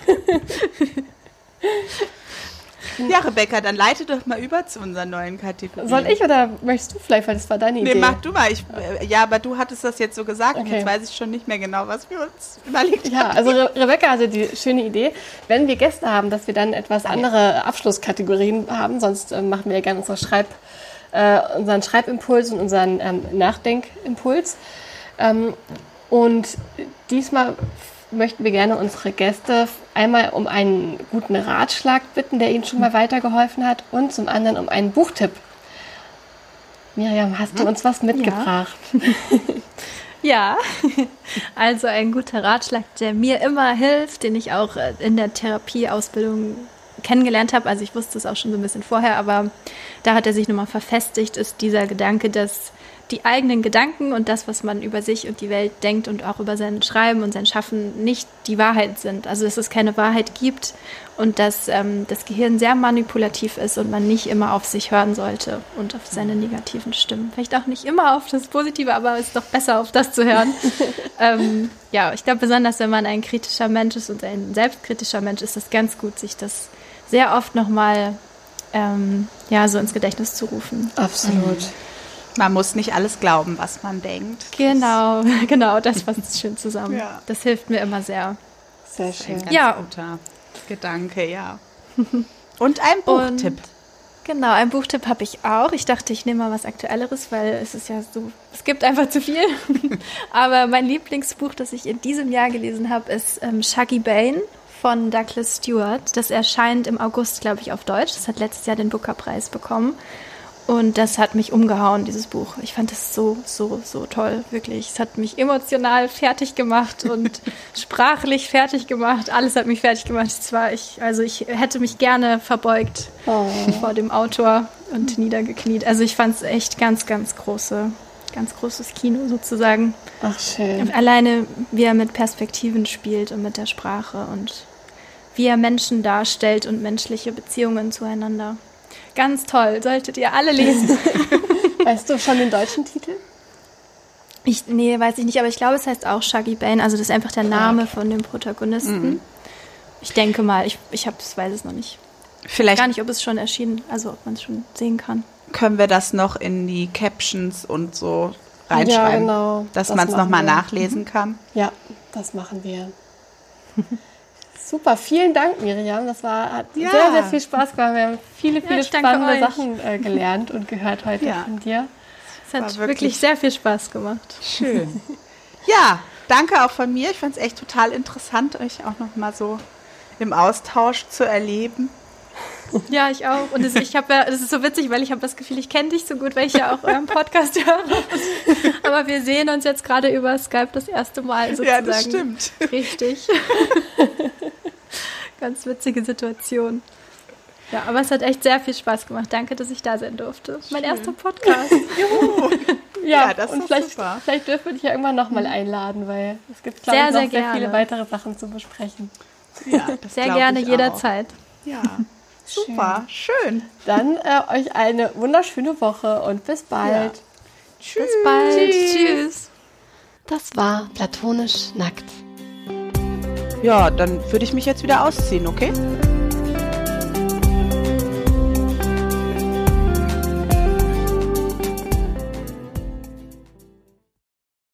Ja, Rebecca, dann leite doch mal über zu unseren neuen Kategorien. Soll ich oder möchtest du vielleicht, weil das war deine Idee? Nee, mach du mal. Ja, aber du hattest das jetzt so gesagt und jetzt weiß ich schon nicht mehr genau, was wir uns überlegt haben. Ja, also Rebecca hatte die schöne Idee, wenn wir Gäste haben, dass wir dann etwas andere Abschlusskategorien haben, sonst machen wir ja gerne unseren Schreibimpuls und unseren Nachdenkimpuls. Und diesmal möchten wir gerne unsere Gäste einmal um einen guten Ratschlag bitten, der ihnen schon mal weitergeholfen hat, und zum anderen um einen Buchtipp. Miriam, hast du uns was mitgebracht? Ja, also ein guter Ratschlag, der mir immer hilft, den ich auch in der Therapieausbildung kennengelernt habe. Also ich wusste es auch schon so ein bisschen vorher, aber da hat er sich nochmal verfestigt, ist dieser Gedanke, dass die eigenen Gedanken und das, was man über sich und die Welt denkt und auch über sein Schreiben und sein Schaffen, nicht die Wahrheit sind. Also dass es keine Wahrheit gibt und dass das Gehirn sehr manipulativ ist und man nicht immer auf sich hören sollte und auf seine negativen Stimmen. Vielleicht auch nicht immer auf das Positive, aber es ist doch besser, auf das zu hören. Ja, ich glaube, besonders wenn man ein kritischer Mensch ist und ein selbstkritischer Mensch, ist das ganz gut, sich das sehr oft nochmal so ins Gedächtnis zu rufen. Absolut. Man muss nicht alles glauben, was man denkt. Genau, das fasst schön zusammen. Ja. Das hilft mir immer sehr. Sehr schön. Ein guter Gedanke, ja. Und ein Buchtipp. Genau, ein Buchtipp habe ich auch. Ich dachte, ich nehme mal was Aktuelleres, weil es ist ja so, es gibt einfach zu viel. Aber mein Lieblingsbuch, das ich in diesem Jahr gelesen habe, ist Shuggie Bain von Douglas Stewart. Das erscheint im August, glaube ich, auf Deutsch. Das hat letztes Jahr den Booker-Preis bekommen. Und das hat mich umgehauen, dieses Buch. Ich fand es so, so, so toll, wirklich. Es hat mich emotional fertig gemacht und sprachlich fertig gemacht. Alles hat mich fertig gemacht. Ich hätte mich gerne verbeugt vor dem Autor und niedergekniet. Also ich fand es echt ganz, ganz großes Kino sozusagen. Ach, schön. Alleine, wie er mit Perspektiven spielt und mit der Sprache und wie er Menschen darstellt und menschliche Beziehungen zueinander. Ganz toll, solltet ihr alle lesen. Weißt du schon den deutschen Titel? Nee, weiß ich nicht, aber ich glaube, es heißt auch Shuggie Bain, also das ist einfach der Name von dem Protagonisten. Ich denke mal, ich weiß es noch nicht. Vielleicht gar nicht, ob es schon erschienen, also ob man es schon sehen kann. Können wir das noch in die Captions und so reinschreiben, ja, genau, dass man es nochmal nachlesen kann? Ja, das machen wir. Super, vielen Dank, Miriam. Das hat sehr, sehr viel Spaß gemacht. Wir haben viele spannende Sachen gelernt und gehört heute von dir. Es hat wirklich sehr viel Spaß gemacht. Schön. Ja, danke auch von mir. Ich fand es echt total interessant, euch auch noch mal so im Austausch zu erleben. Ja, ich auch. Und das ist so witzig, weil ich habe das Gefühl, ich kenne dich so gut, weil ich ja auch euren Podcast höre. Aber wir sehen uns jetzt gerade über Skype das erste Mal sozusagen. Ja, das stimmt. Richtig. Ganz witzige Situation. Ja, aber es hat echt sehr viel Spaß gemacht. Danke, dass ich da sein durfte. Mein erster Podcast. Juhu. Ja, das und ist super. Vielleicht dürfen wir dich ja irgendwann nochmal einladen, weil es gibt, glaube ich, noch sehr viele weitere Sachen zu besprechen. Ja, das sehr gerne, jederzeit. Ja, super, schön. Dann euch eine wunderschöne Woche und bis bald. Ja. Tschüss. Bis bald. Tschüss. Das war Platonisch Nackt. Ja, dann würde ich mich jetzt wieder ausziehen, okay?